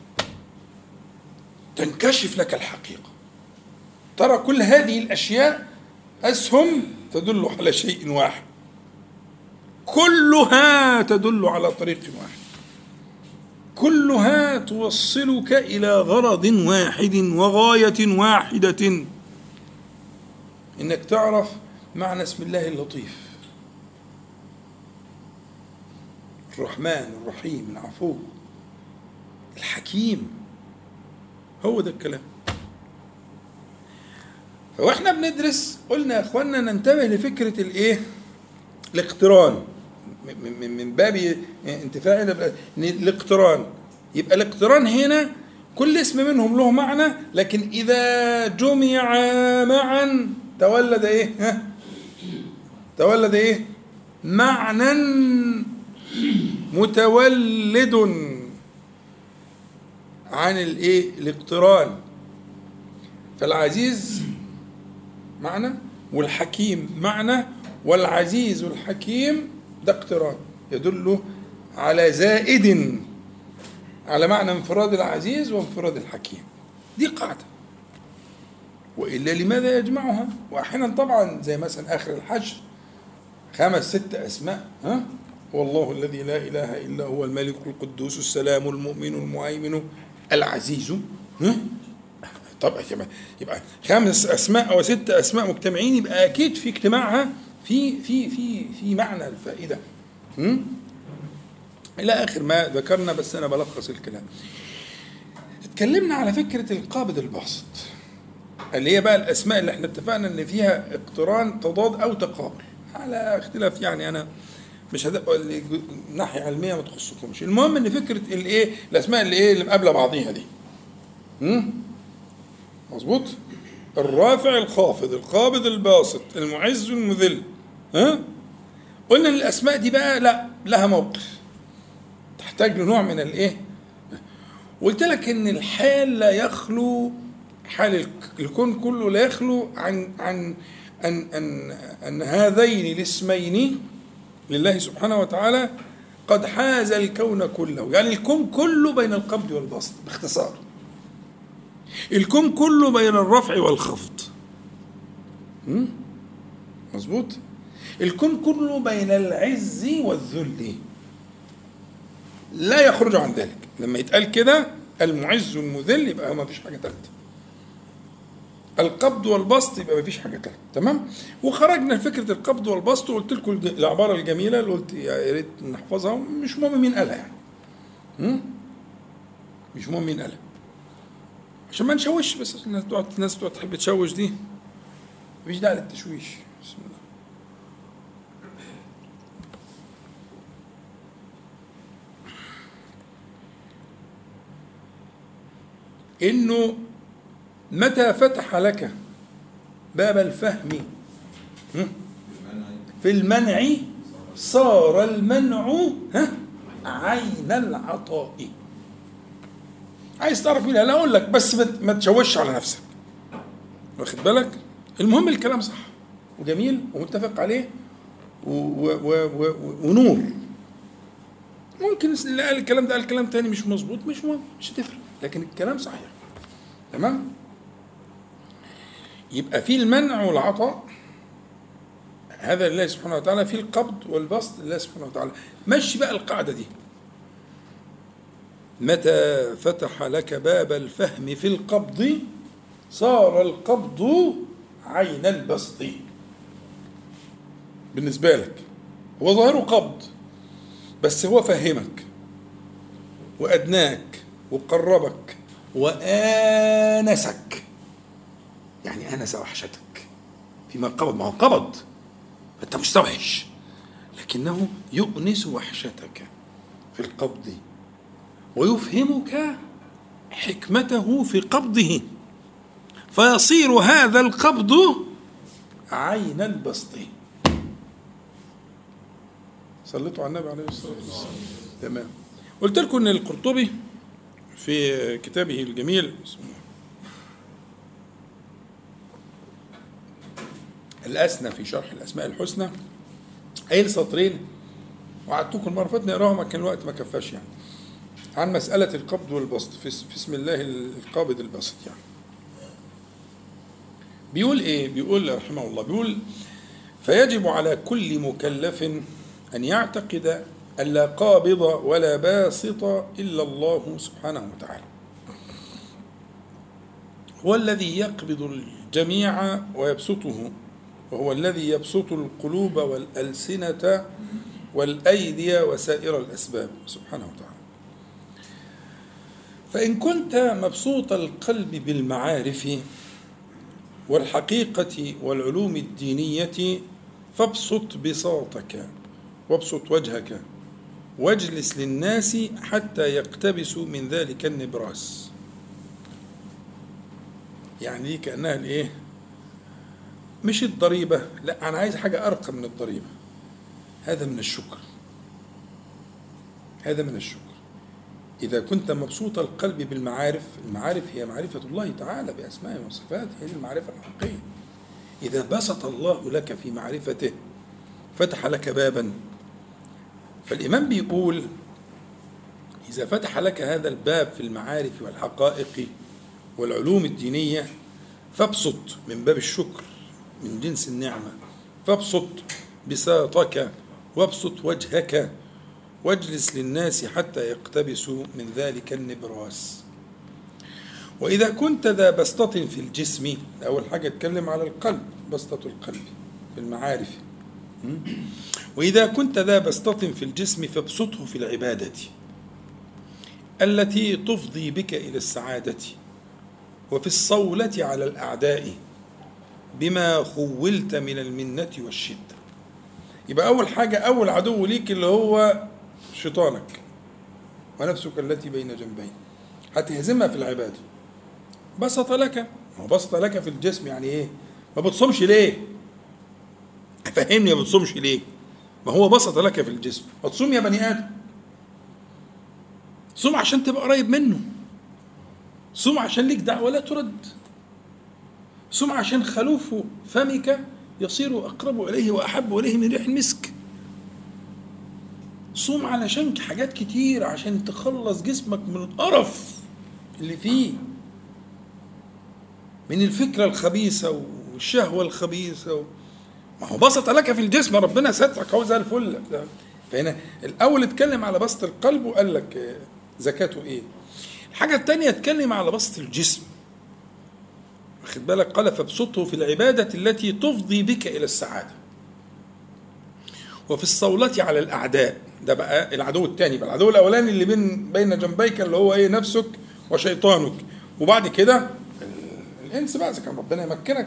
[SPEAKER 1] تنكشف لك الحقيقة، ترى كل هذه الأشياء أسهم تدل على شيء واحد، كلها تدل على طريق واحد، كلها توصلك إلى غرض واحد وغاية واحدة، إنك تعرف معنى اسم الله اللطيف الرحمن الرحيم العفو الحكيم. هو ده الكلام. فاحنا بندرس قلنا يا اخوانا ننتبه لفكرة الايه؟ الاقتران، من باب انتفاعنا الاقتران. يبقى الاقتران هنا كل اسم منهم له معنى، لكن إذا جمع معا تولد ايه؟ تولد ايه؟ معنى متولد عن الايه؟ الاقتران. فالعزيز معنى، والحكيم معنى، والعزيز والحكيم ده اقتران يدل على زائد على معنى انفراد العزيز وانفراد الحكيم. دي قاعدة، وإلا لماذا يجمعها؟ وأحيانا طبعا زي مثلا آخر الحشر 5-6 أسماء، هو الله الذي لا إله إلا هو الملك القدوس السلام المؤمن المهيمن العزيز. طبعا يبقى 5 أسماء أو 6 أسماء مجتمعين، يبقى أكيد في اجتماعها في معنى الفائدة إلى آخر ما ذكرنا. بس أنا بلخص الكلام. اتكلمنا على فكرة القابض الباسط، اللي هي بقى الأسماء اللي احنا اتفقنا إن فيها اقتران تضاد أو تقابل على اختلاف، يعني أنا مش هتبقى ناحية علمية ما تخصكمش. المهم إن فكرة الإيه؟ الأسماء اللي مقابلة بعضيها دي مظبوط؟ الرافع الخافض، القابض الباسط، المعز المذل. قلنا ان الاسماء دي بقى لا لها موقف، تحتاج لنوع من الايه؟ قلت لك ان الحال لا يخلو، حال الكون كله لا يخلو عن ان هذين الاسمين لله سبحانه وتعالى قد حاز الكون كله. يعني الكون كله بين القبض والبسط، باختصار الكون كله بين الرفع والخفض. مظبوط؟ الكون كله بين العز والذل، لا يخرج عن ذلك. لما يتقال كده المعز والمذل يبقى ما فيش حاجة ثالثة، القبض والبسط يبقى ما فيش حاجة ثالثة. تمام؟ وخرجنا لفكرة القبض والبسط، وقلت لكم العبارة الجميلة اللي قلت يا ريت نحفظها، مش مهم مين قالها يعني. مش مهم مين قالها عشان ما نشوش، بس الناس بتوع تحب تشوش دي، مفيش داعي للتشويش. بسم الله. إنه متى فتح لك باب الفهم في المنع صار المنع عين العطاء. عايز تعرف مين؟ انا اقول لك بس ما تشوش على نفسك، واخد بالك؟ المهم الكلام صح وجميل ومتفق عليه ونور. ممكن اللي قال الكلام ده قال كلام تاني مش مظبوط، مش مهم، مش هتفرق، لكن الكلام صحيح. تمام؟ يبقى في المنع والعطاء هذا لله سبحانه وتعالى، في القبض والبسط لله سبحانه وتعالى. مشي بقى القاعدة دي، متى فتح لك باب الفهم في القبض صار القبض عين البسط. بالنسبة لك هو ظاهره قبض، بس هو فهمك وأدناك وقربك وآنسك، يعني آنس وحشتك فيما قبض. ما هو قبض، أنت مستوحش، لكنه يؤنس وحشتك في القبض ويفهمك حكمته في قبضه، فيصير هذا القبض عين البسط. صليتوا على النبي عليه الصلاة والسلام. تمام. قلت لكم ان القرطبي في كتابه الجميل اسمه الأسنى في شرح الأسماء الحسنى قايل سطرين، وعدتكم المرة فاتت نقراهم ما كان الوقت ما كفاش يعني، عن مسألة القبض والبسط في اسم الله القابض الباسط يعني. بيقول ايه؟ بيقول رحمه الله، بيقول: فيجب على كل مكلف أن يعتقد أن لا قابض ولا باسط إلا الله سبحانه وتعالى، هو الذي يقبض الجميع ويبسطه، وهو الذي يبسط القلوب والألسنة والأيدي وسائر الأسباب سبحانه وتعالى. فإن كنت مبسوط القلب بالمعارف والحقيقة والعلوم الدينية فابسط بساطك وابسط وجهك واجلس للناس حتى يقتبسوا من ذلك النبراس. يعني دي كأنها الايه؟ مش الضريبة، لا، أنا عايز حاجة أرقى من الضريبة. هذا من الشكر، هذا من الشكر. إذا كنت مبسوط القلب بالمعارف، المعارف هي معرفة الله تعالى بأسمائه وصفاته، هي المعرفة الحقيقية. إذا بسط الله لك في معرفته فتح لك بابا. فالإمام بيقول: إذا فتح لك هذا الباب في المعارف والحقائق والعلوم الدينية فابسط من باب الشكر من جنس النعمة، فابسط بساطك وابسط وجهك واجلس للناس حتى يقتبسوا من ذلك النبراس. وإذا كنت ذا بسطة في الجسم، أول حاجة اتكلم على القلب، بسطة القلب في المعارف. وإذا كنت ذا بسطة في الجسم فابسطه في العبادة التي تفضي بك إلى السعادة، وفي الصولة على الأعداء بما خولت من المنة والشدة. يبقى أول حاجة، أول عدو ليك اللي هو شيطانك ونفسك التي بين جنبين، هتهزمها في العبادة. بسط لك، هو بسط لك في الجسم يعني إيه؟ ما بتصومش ليه؟ فهمني، ما بتصومش ليه؟ ما هو بسط لك في الجسم. هتصوم يا بني آدم، صوم عشان تبقى قريب منه، صوم عشان ليك دعوة لا ترد، صوم عشان خلوف فمك يصير أقرب إليه وأحب إليه من ريح المسك. صوم علشان حاجات كتير، عشان تخلص جسمك من القرف اللي فيه، من الفكرة الخبيثة والشهوة الخبيثة. ما هو بسط لك في الجسم، ربنا سترك هو زي الفل. فهنا الأول اتكلم على بسط القلب وقال لك زكاته إيه. الحاجة الثانية اتكلم على بسط الجسم، واخد بالك؟ قال: فابسطه في العبادة التي تفضي بك إلى السعادة، وفي الصولة على الأعداء. ده بقى العدو الثاني، بقى العدو الأولاني اللي بين جنبيك اللي هو إيه؟ نفسك وشيطانك. وبعد كده الإنس بقى، إذا كان ربنا يمكنك.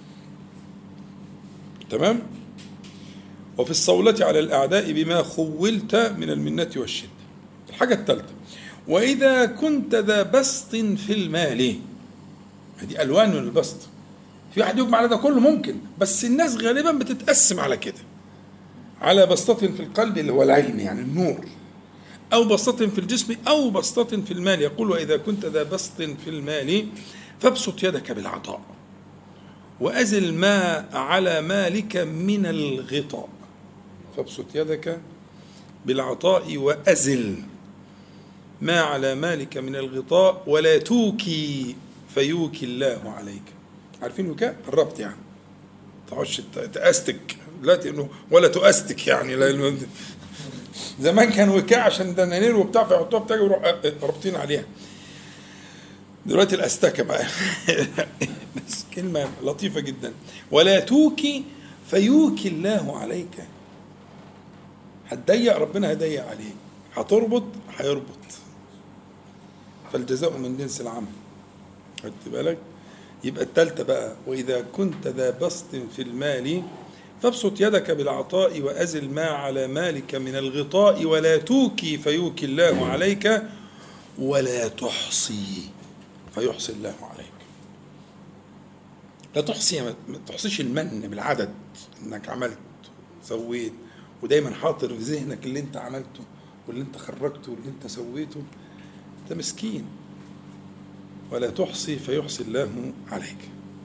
[SPEAKER 1] تمام؟ وفي الصولة على الأعداء بما خولت من المنة والشدة. الحاجة الثالثة: وإذا كنت ذا بسط في المال. هذه ألوان من البسط، في واحد يجمع على ده كله ممكن، بس الناس غالبا بتتقسم على كده، على بسطة في القلب اللي هو العلم يعني النور، أو بسطة في الجسم، أو بسطة في المال. يقول: وإذا كنت ذا بسط في المال فابسط يدك بالعطاء وأزل ما على مالك من الغطاء. فابسط يدك بالعطاء وأزل ما على مالك من الغطاء ولا توكي فيوكي الله عليك. عارفين وكاء؟ الربط يعني، تعش تأستك دلوقتي انه ولا تؤستك يعني. زمان كان وكاء عشان دنانير وبتاع فيحطوها بتاعي ويروح رابطين عليها. دلوقتي الأستكة بقى. بس كلمة لطيفة جدا. ولا توكي فيوكي الله عليك. هتضيق ربنا هيضيق عليك، هتربط هيربط. فالجزاء من جنس العمل. خدت بالك؟ يبقى الثالثة بقى: وإذا كنت ذا بسط في المال فابسط يدك بالعطاء وأزل ما على مالك من الغطاء، ولا توكي فيوكي الله عليك، ولا تحصي فيحصي الله عليك. لا تحصي، ما تحصيش المن بالعدد، انك عملت سويت، ودايما حاضر في ذهنك اللي انت عملته واللي انت خرجته واللي انت سويته، انت مسكين. ولا تحصي فيحصي الله عليك.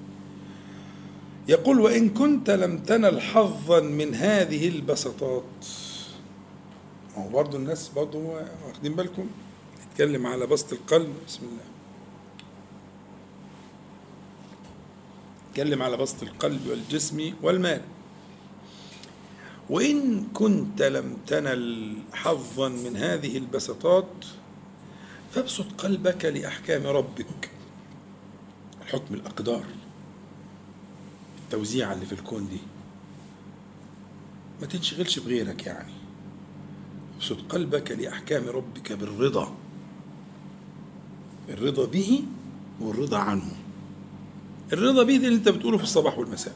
[SPEAKER 1] يقول: وإن كنت لم تنل حظا من هذه البسطات. هو برضو الناس برضو واخدين بالكم، نتكلم على بسط القلب. بسم الله. نتكلم على بسط القلب والجسم والمال. وإن كنت لم تنل حظا من هذه البسطات فابسط قلبك لأحكام ربك، حكم الأقدار، التوزيع اللي في الكون دي، ما تنشغلش بغيرك يعني. ابسط قلبك لأحكام ربك بالرضا، الرضا به والرضا عنه. الرضا به ده اللي انت بتقوله في الصباح والمساء.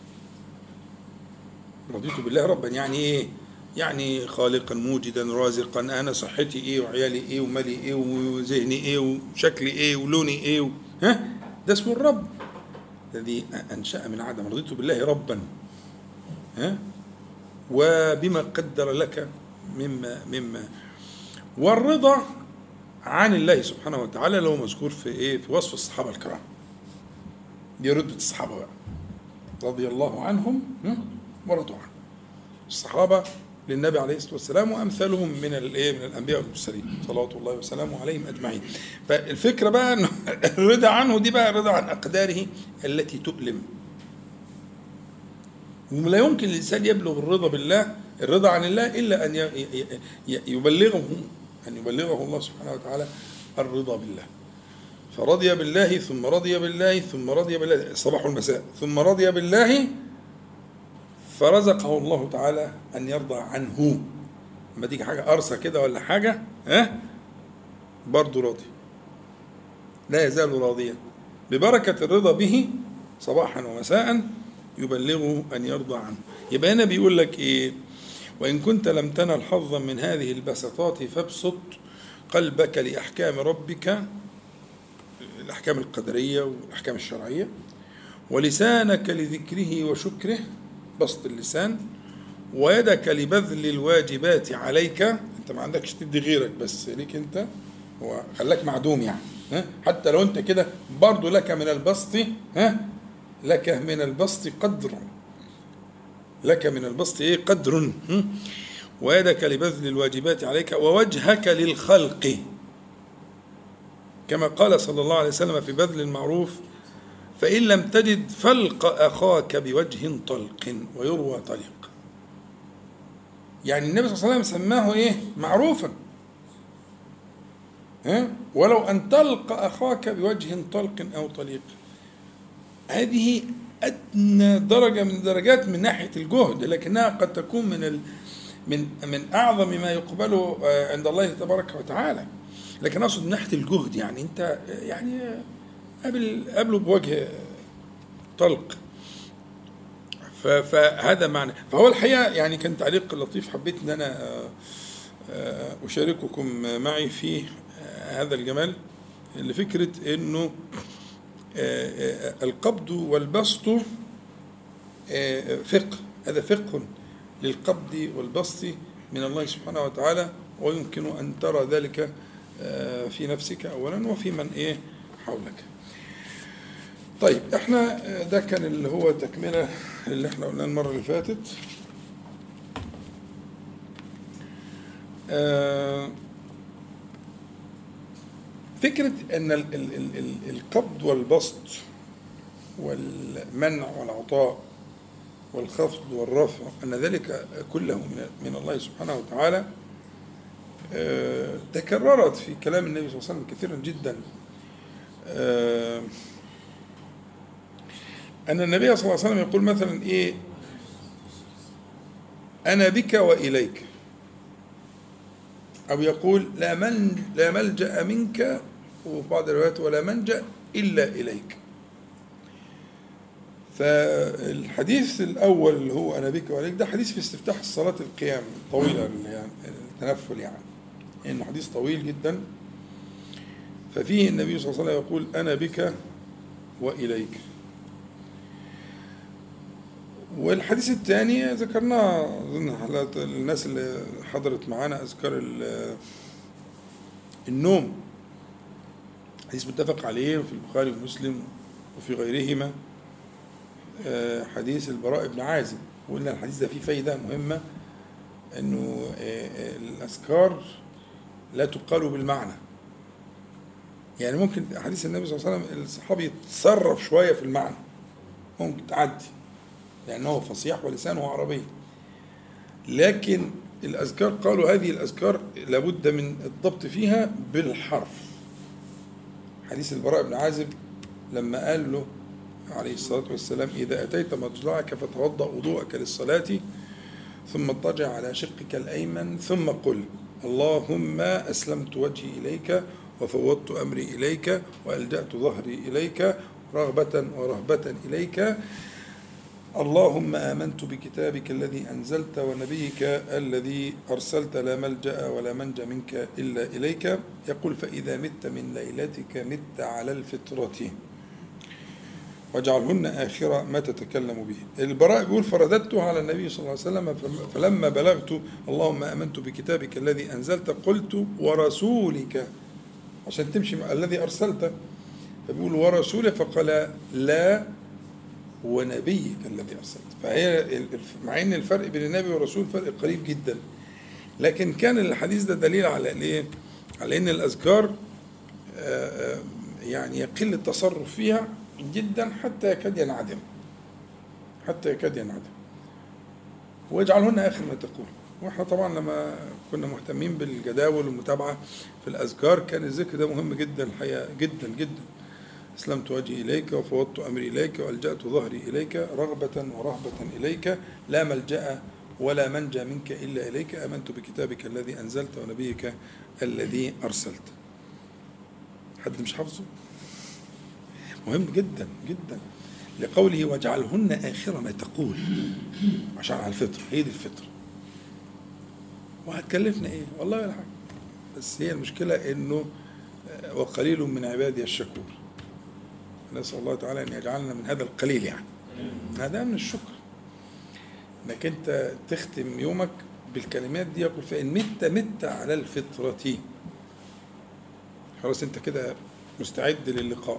[SPEAKER 1] رضيت بالله ربا، يعني ايه؟ يعني خالقا موجدا رازقا، انا صحتي ايه وعيالي ايه ومالي ايه وذهني ايه وشكلي ايه ولوني ايه ها، ده اسمه الرب الذي انشأ من عدم. رضيت بالله ربا، ها، وبما قدر لك مما والرضا عن الله سبحانه وتعالى اللي هو مذكور في ايه؟ في وصف الصحابه الكرام. دي ردة الصحابه بقى، رضي الله عنهم ورضوا عنه. الصحابه للنبي عليه الصلاه والسلام وامثالهم من الانبياء والمرسلين صلوات الله وسلامه عليهم اجمعين. فالفكره بقى انه الرضا عنه دي بقى الرضا عن اقداره التي تؤلم. ولا يمكن الانسان يبلغ الرضا بالله، الرضا عن الله، الا ان يبلغه الله سبحانه وتعالى الرضا بالله. فرضي بالله ثم رضي بالله ثم رضي بالله، الصباح والمساء، ثم رضي بالله فرزقه الله تعالى أن يرضى عنه. لما تيجي حاجة أرصى كده ولا حاجة برضو راضي، لا يزال راضيا ببركة الرضا به صباحا ومساء يبلغه أن يرضى عنه. يبقى هنا بيقول لك إيه؟ وإن كنت لم تنل حظا من هذه البسطات فابسط قلبك لأحكام ربك، الأحكام القدرية والأحكام الشرعية، ولسانك لذكره وشكره، بسط اللسان، ويدك لبذل الواجبات عليك. انت ما عندكش تدي غيرك، بس ليك انت، هو خلاك معدوم يعني، حتى لو انت كده برضو لك من البسط، لك من البسط قدر، لك من البسط قدر. ويدك لبذل الواجبات عليك، ووجهك للخلق، كما قال صلى الله عليه وسلم في بذل المعروف: فإن لم تجد فالق أخاك بوجه طلق ويروى طليق. يعني النبي صلى الله عليه وسلم سماه معروفا، ولو أن تلقى أخاك بوجه طلق أو طليق. هذه أدنى درجة من درجات من ناحية الجهد، لكنها قد تكون من أعظم ما يقبله عند الله تبارك وتعالى. لكن أقصد من ناحية الجهد، يعني أنت يعني قابله بوجه طلق. فهذا معنى. فهو الحقيقة يعني كان تعليق لطيف حبيت أن أنا أشارككم معي فيه هذا الجمال، لفكرة أنه القبض والبسط فقه، هذا فقه للقبض والبسط من الله سبحانه وتعالى، ويمكن أن ترى ذلك في نفسك أولا وفي من حولك. طيب احنا ده كان اللي هو تكملة اللي احنا قلناه المرة اللي فاتت. فكرة ان القبض والبسط والمنع والعطاء والخفض والرفع ان ذلك كله من الله سبحانه وتعالى تكررت في كلام النبي صلى الله عليه وسلم كثيرا جدا. أن النبي صلى الله عليه وسلم يقول مثلا أنا بك وإليك، أو يقول لا ملجأ منك، وفي بعض الروايات ولا منجأ إلا إليك. فالحديث الأول اللي هو أنا بك وعليك ده حديث في استفتاح الصلاة القيام الطويلة يعني التنفل يعني إنه حديث طويل جدا. ففيه النبي صلى الله عليه وسلم يقول أنا بك وإليك. والحديث الثاني ذكرناه ضمن الناس اللي حضرت معانا أذكار النوم، حديث متفق عليه في البخاري ومسلم وفي غيرهما، حديث البراء بن عازب. وقلنا الحديث ده فيه فايدة مهمة، أنه الأذكار لا تقال بالمعنى. يعني ممكن حديث النبي صلى الله عليه وسلم الصحابي يتصرف شوية في المعنى، ممكن تعدي لأنه فصيح ولسانه عربي، لكن الأذكار قالوا هذه الأذكار لابد من الضبط فيها بالحرف. حديث البراء بن عازب لما قال له عليه الصلاة والسلام إذا أتيت مضجعك فتوضأ وضوءك للصلاة ثم اضطجع على شقك الأيمن ثم قل اللهم أسلمت وجهي إليك وفوضت أمري إليك وألجأت ظهري إليك رغبة ورهبة إليك، اللهم آمنت بكتابك الذي أنزلت ونبيك الذي أرسلت لا ملجأ ولا منجى منك إلا إليك. يقول فإذا مت من ليلتك مت على الفطرة واجعلهن آخر ما تتكلم به. البراء بيقول فرددته على النبي صلى الله عليه وسلم فلما بلغت اللهم آمنت بكتابك الذي أنزلت قلت ورسولك عشان تمشي الذي أرسلت، فبيقول ورسولك فقال لا ونبيك الذي أرسلت. فهي مع أن الفرق بين النبي والرسول فرق قريب جدا، لكن كان الحديث ده دليل على إيه؟ على أن الأذكار يعني يقل التصرف فيها جدا حتى يكاد ينعدم واجعلهن آخر ما تقول. واحنا طبعا لما كنا مهتمين بالجداول والمتابعة في الأذكار كان الذكر ده مهم جدا الحقيقة، جدا جدا. أسلمت وجهي إليك وفوضت أمري إليك وألجأت ظهري إليك رغبة ورهبة إليك لا ملجأ ولا منجى منك إلا إليك آمنت بكتابك الذي أنزلت ونبيك الذي أرسلت. حد مش حافظه؟ مهم جدا جدا لقوله واجعلهن آخر ما تقول، عشان على الفطر، هي دي الفطر. وهتكلفنا ايه؟ والله ولا حاجة، بس هي المشكلة انه وقليل من عبادي الشكور. نسأل الله تعالى ان يجعلنا من هذا القليل. يعني هذا من الشكر انك انت تختم يومك بالكلمات دي، يقول فإن مت على الفطرة، خلاص انت كده مستعد للقاء.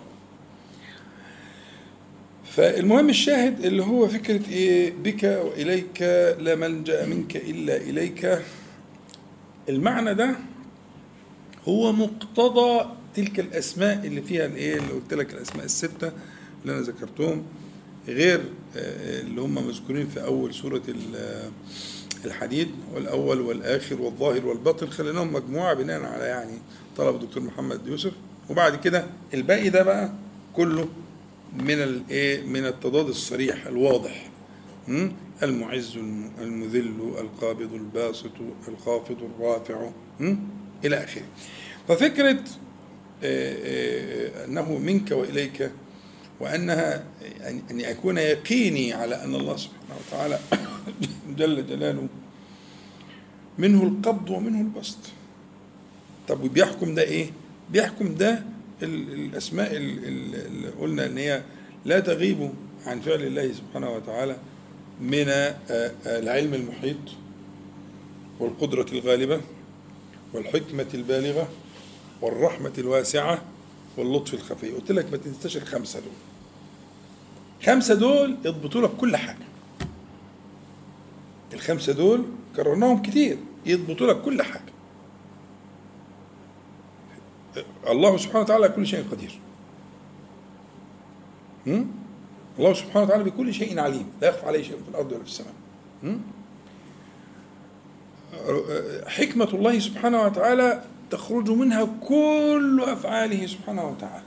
[SPEAKER 1] فالمهم الشاهد اللي هو فكرة ايه بك وإليك لا ملجأ منك إلا إليك، المعنى ده هو مقتضى تلك الأسماء اللي فيها الايه اللي قلت لك الأسماء الستة اللي أنا ذكرتهم، غير اللي هم مذكورين في أول سورة الحديد والأول والآخر والظاهر والباطن، خليناهم مجموعة بناء على يعني طلب الدكتور محمد يوسف. وبعد كده الباقي ده بقى كله من التضاد الصريح الواضح، المعز المذل القابض الباسط الخافض الرافع إلى آخره. ففكرة أنه منك وإليك، وأنها أن يكون يقيني على أن الله سبحانه وتعالى جل جلاله منه القبض ومنه البسط. طب وبيحكم ده إيه؟ بيحكم ده الأسماء اللي قلنا أن هي لا تغيب عن فعل الله سبحانه وتعالى من العلم المحيط والقدرة الغالبة والحكمة البالغة والرحمة الواسعة واللطف الخفي. قلت لك ما تنساش الخمسة دول، خمسة دول يضبطوا لك كل حاجة. الخمسة دول كررناهم كتير، يضبطوا لك كل حاجة. الله سبحانه وتعالى كل شيء قدير. الله سبحانه وتعالى بكل شيء عليم، لا يخفى عليه شيء في الأرض ولا في السماء. حكمة الله سبحانه وتعالى تخرج منها كل أفعاله سبحانه وتعالى،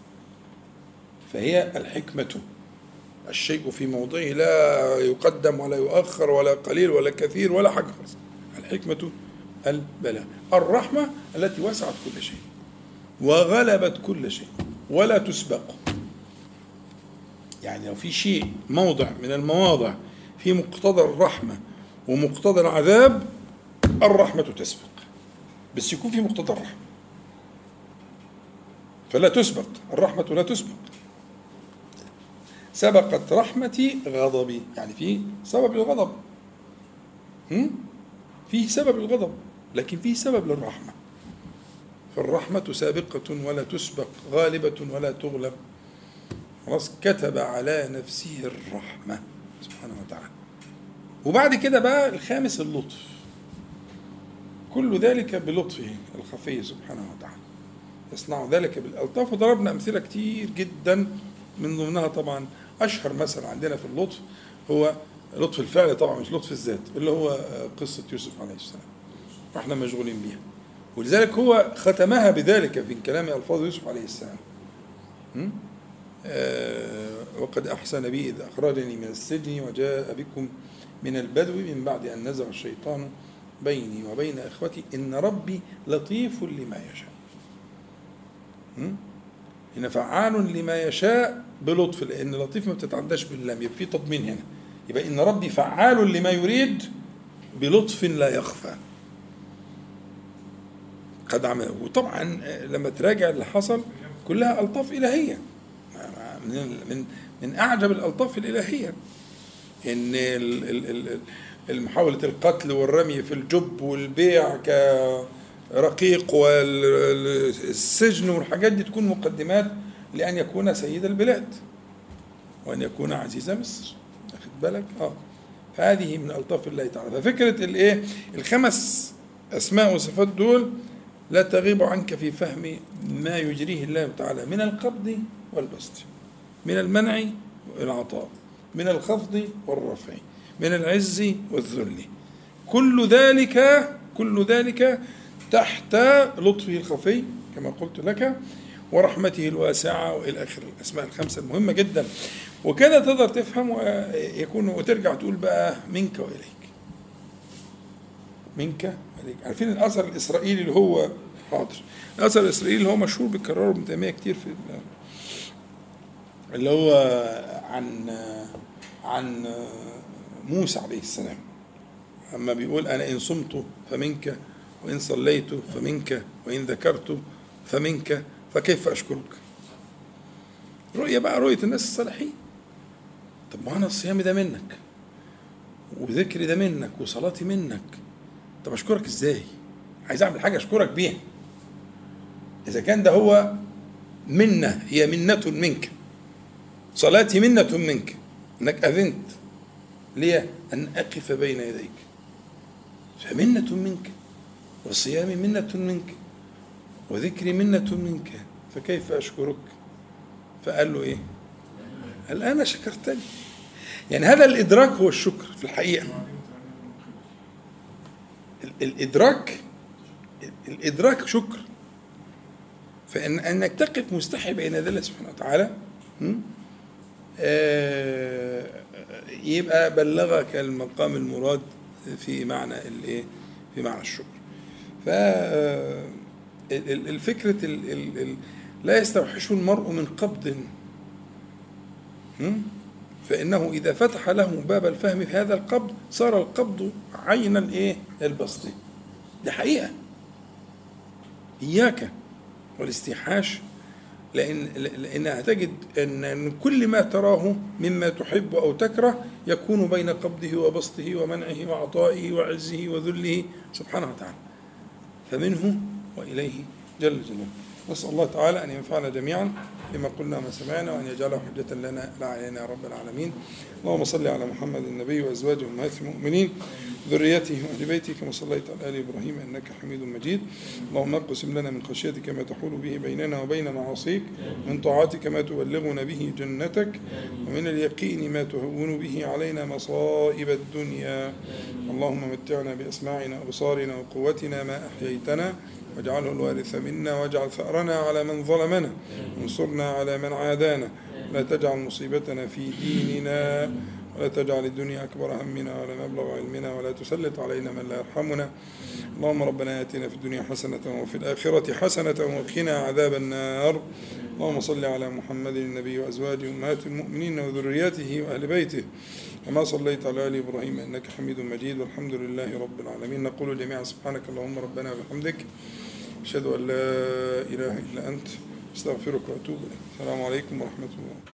[SPEAKER 1] فهي الحكمة، الشيء في موضعه لا يقدم ولا يؤخر ولا قليل ولا كثير ولا حاجة خالص. الحكمة البلاغ. الرحمة التي وسعت كل شيء وغلبت كل شيء ولا تسبق. يعني لو في شيء موضع من المواضع في مقتضى الرحمة ومقتضى العذاب، الرحمة تسبق، بس يكون في مقتضى الرحمة، فلا تسبق الرحمة، لا تسبق. سبقت رحمتي غضبي، يعني في سبب للغضب، في سبب للغضب، لكن في سبب للرحمة. فالرحمة سابقة ولا تسبق، غالبة ولا تغلب. خلاص، كتب على نفسه الرحمة سبحانه وتعالى. وبعد كده بقى الخامس اللطف، كل ذلك بلطفه الخفي سبحانه وتعالى، يصنع ذلك بالألطاف. وضربنا أمثلة كتير جدا، من ضمنها طبعا أشهر مثل عندنا في اللطف هو لطف الفعل، طبعا مش لطف الذات، اللي هو قصة يوسف عليه السلام، واحنا مشغولين بيها. ولذلك هو ختمها بذلك في كلام ألفاظ يوسف عليه السلام. وقد أحسن بي إذ أخرجني من السجن وجاء بكم من البدو من بعد أن نزغ الشيطان بيني وبين إخوتي إن ربي لطيف لما يشاء. هنا فعال لما يشاء بلطف، لأن لطيف ما بتتعداش باللام، يبقى في تضمين هنا، يبقى إن ربي فعال لما يريد بلطف لا يخفى قد عمله. وطبعا لما تراجع اللي حصل كلها ألطاف إلهية، من أعجب الألطاف الإلهية، إن محاولة القتل والرمي في الجب والبيع كرقيق والسجن والحاجات دي تكون مقدمات لأن يكون سيد البلاد وأن يكون عزيز مصر، أخذ بالك؟ فهذه من ألطاف الله تعالى. ففكرة الخمس أسماء وصفات دول لا تغيب عنك في فهم ما يجريه الله تعالى من القبض والبسط، من المنع والعطاء، من الخفض والرفع، من العز والذل، كل ذلك تحت لطفه الخفي كما قلت لك ورحمته الواسعة وإلى آخر الأسماء الخمسة المهمة جدا. وكده تقدر تفهم ويكون وترجع تقول بقى منك وإليك، منك وإليك. عارفين الأثر الإسرائيلي اللي هو الأثر الإسرائيلي اللي هو مشهور بيكرره ابن تيمية كتير في اللي هو عن موسى عليه السلام، أما بيقول أنا إن صمت فمنك وإن صليت فمنك وإن ذكرت فمنك فكيف أشكرك. رؤية الناس الصالحين. طب ما أنا الصيام ده منك وذكري ده منك وصلاتي منك، طب أشكرك إزاي؟ عايز أعمل حاجة أشكرك بيها. إذا كان ده هو منة، هي منة منك، صلاتي منة منك أنك أذنت لي أن أقف بين يديك، فمنة منك، وصيامي منة منك، وذكري منة منك، فكيف أشكرك؟ فقال له إيه؟ الآن شكرتني. يعني هذا الإدراك هو الشكر في الحقيقة. الإدراك شكر، فإنك تقف مستحي بين يدي الله سبحانه وتعالى يبقى بلغك المقام المراد في معنى الايه، في معنى الشكر. فالفكرة لا يستوحش المرء من قبض، فإنه إذا فتح له باب الفهم في هذا القبض صار القبض عين الايه، البسط. دي حقيقة. إياك والاستيحاش، لأنها تجد أن كل ما تراه مما تحب أو تكره يكون بين قبضه وبسطه ومنعه وعطائه وعزه وذله سبحانه وتعالى، فمنه وإليه جل جلاله. نسأل الله تعالى أن ينفعنا جميعا بما قلنا وما سمعنا، وأن يجعله حجة لنا لا علينا يا رب العالمين. اللهم صل على محمد النبي وأزواجه أمهات المؤمنين ذريته وأهل بيته كما صليت على آل إبراهيم إنك حميد مجيد. اللهم اقسم لنا من خشيتك ما تحول به بيننا وبين معاصيك، من طاعتك ما تبلغنا به جنتك، ومن اليقين ما تهون به علينا مصائب الدنيا. اللهم متعنا بأسماعنا وأبصارنا وقوتنا ما أحييتنا، واجعله الوارث منا، واجعل ثأرنا على من ظلمنا، وانصرنا على من عادانا، ولا تجعل مصيبتنا في ديننا ولا تجعل الدنيا أكبر همنا ولا مبلغ علمنا ولا تسلط علينا من لا يرحمنا. اللهم ربنا آتنا في الدنيا حسنة وفي الآخرة حسنة وقنا عذاب النار. اللهم صل على محمد النبي وأزواجه أمهات المؤمنين وذرياته وأهل بيته كما صليت على آل إبراهيم إنك حميد مجيد والحمد لله رب العالمين. نقول جميعا سبحانك اللهم ربنا وبحمدك أشهد أن لا إله إلا أنت أستغفرك وأتوب إليك. السلام عليكم ورحمة الله.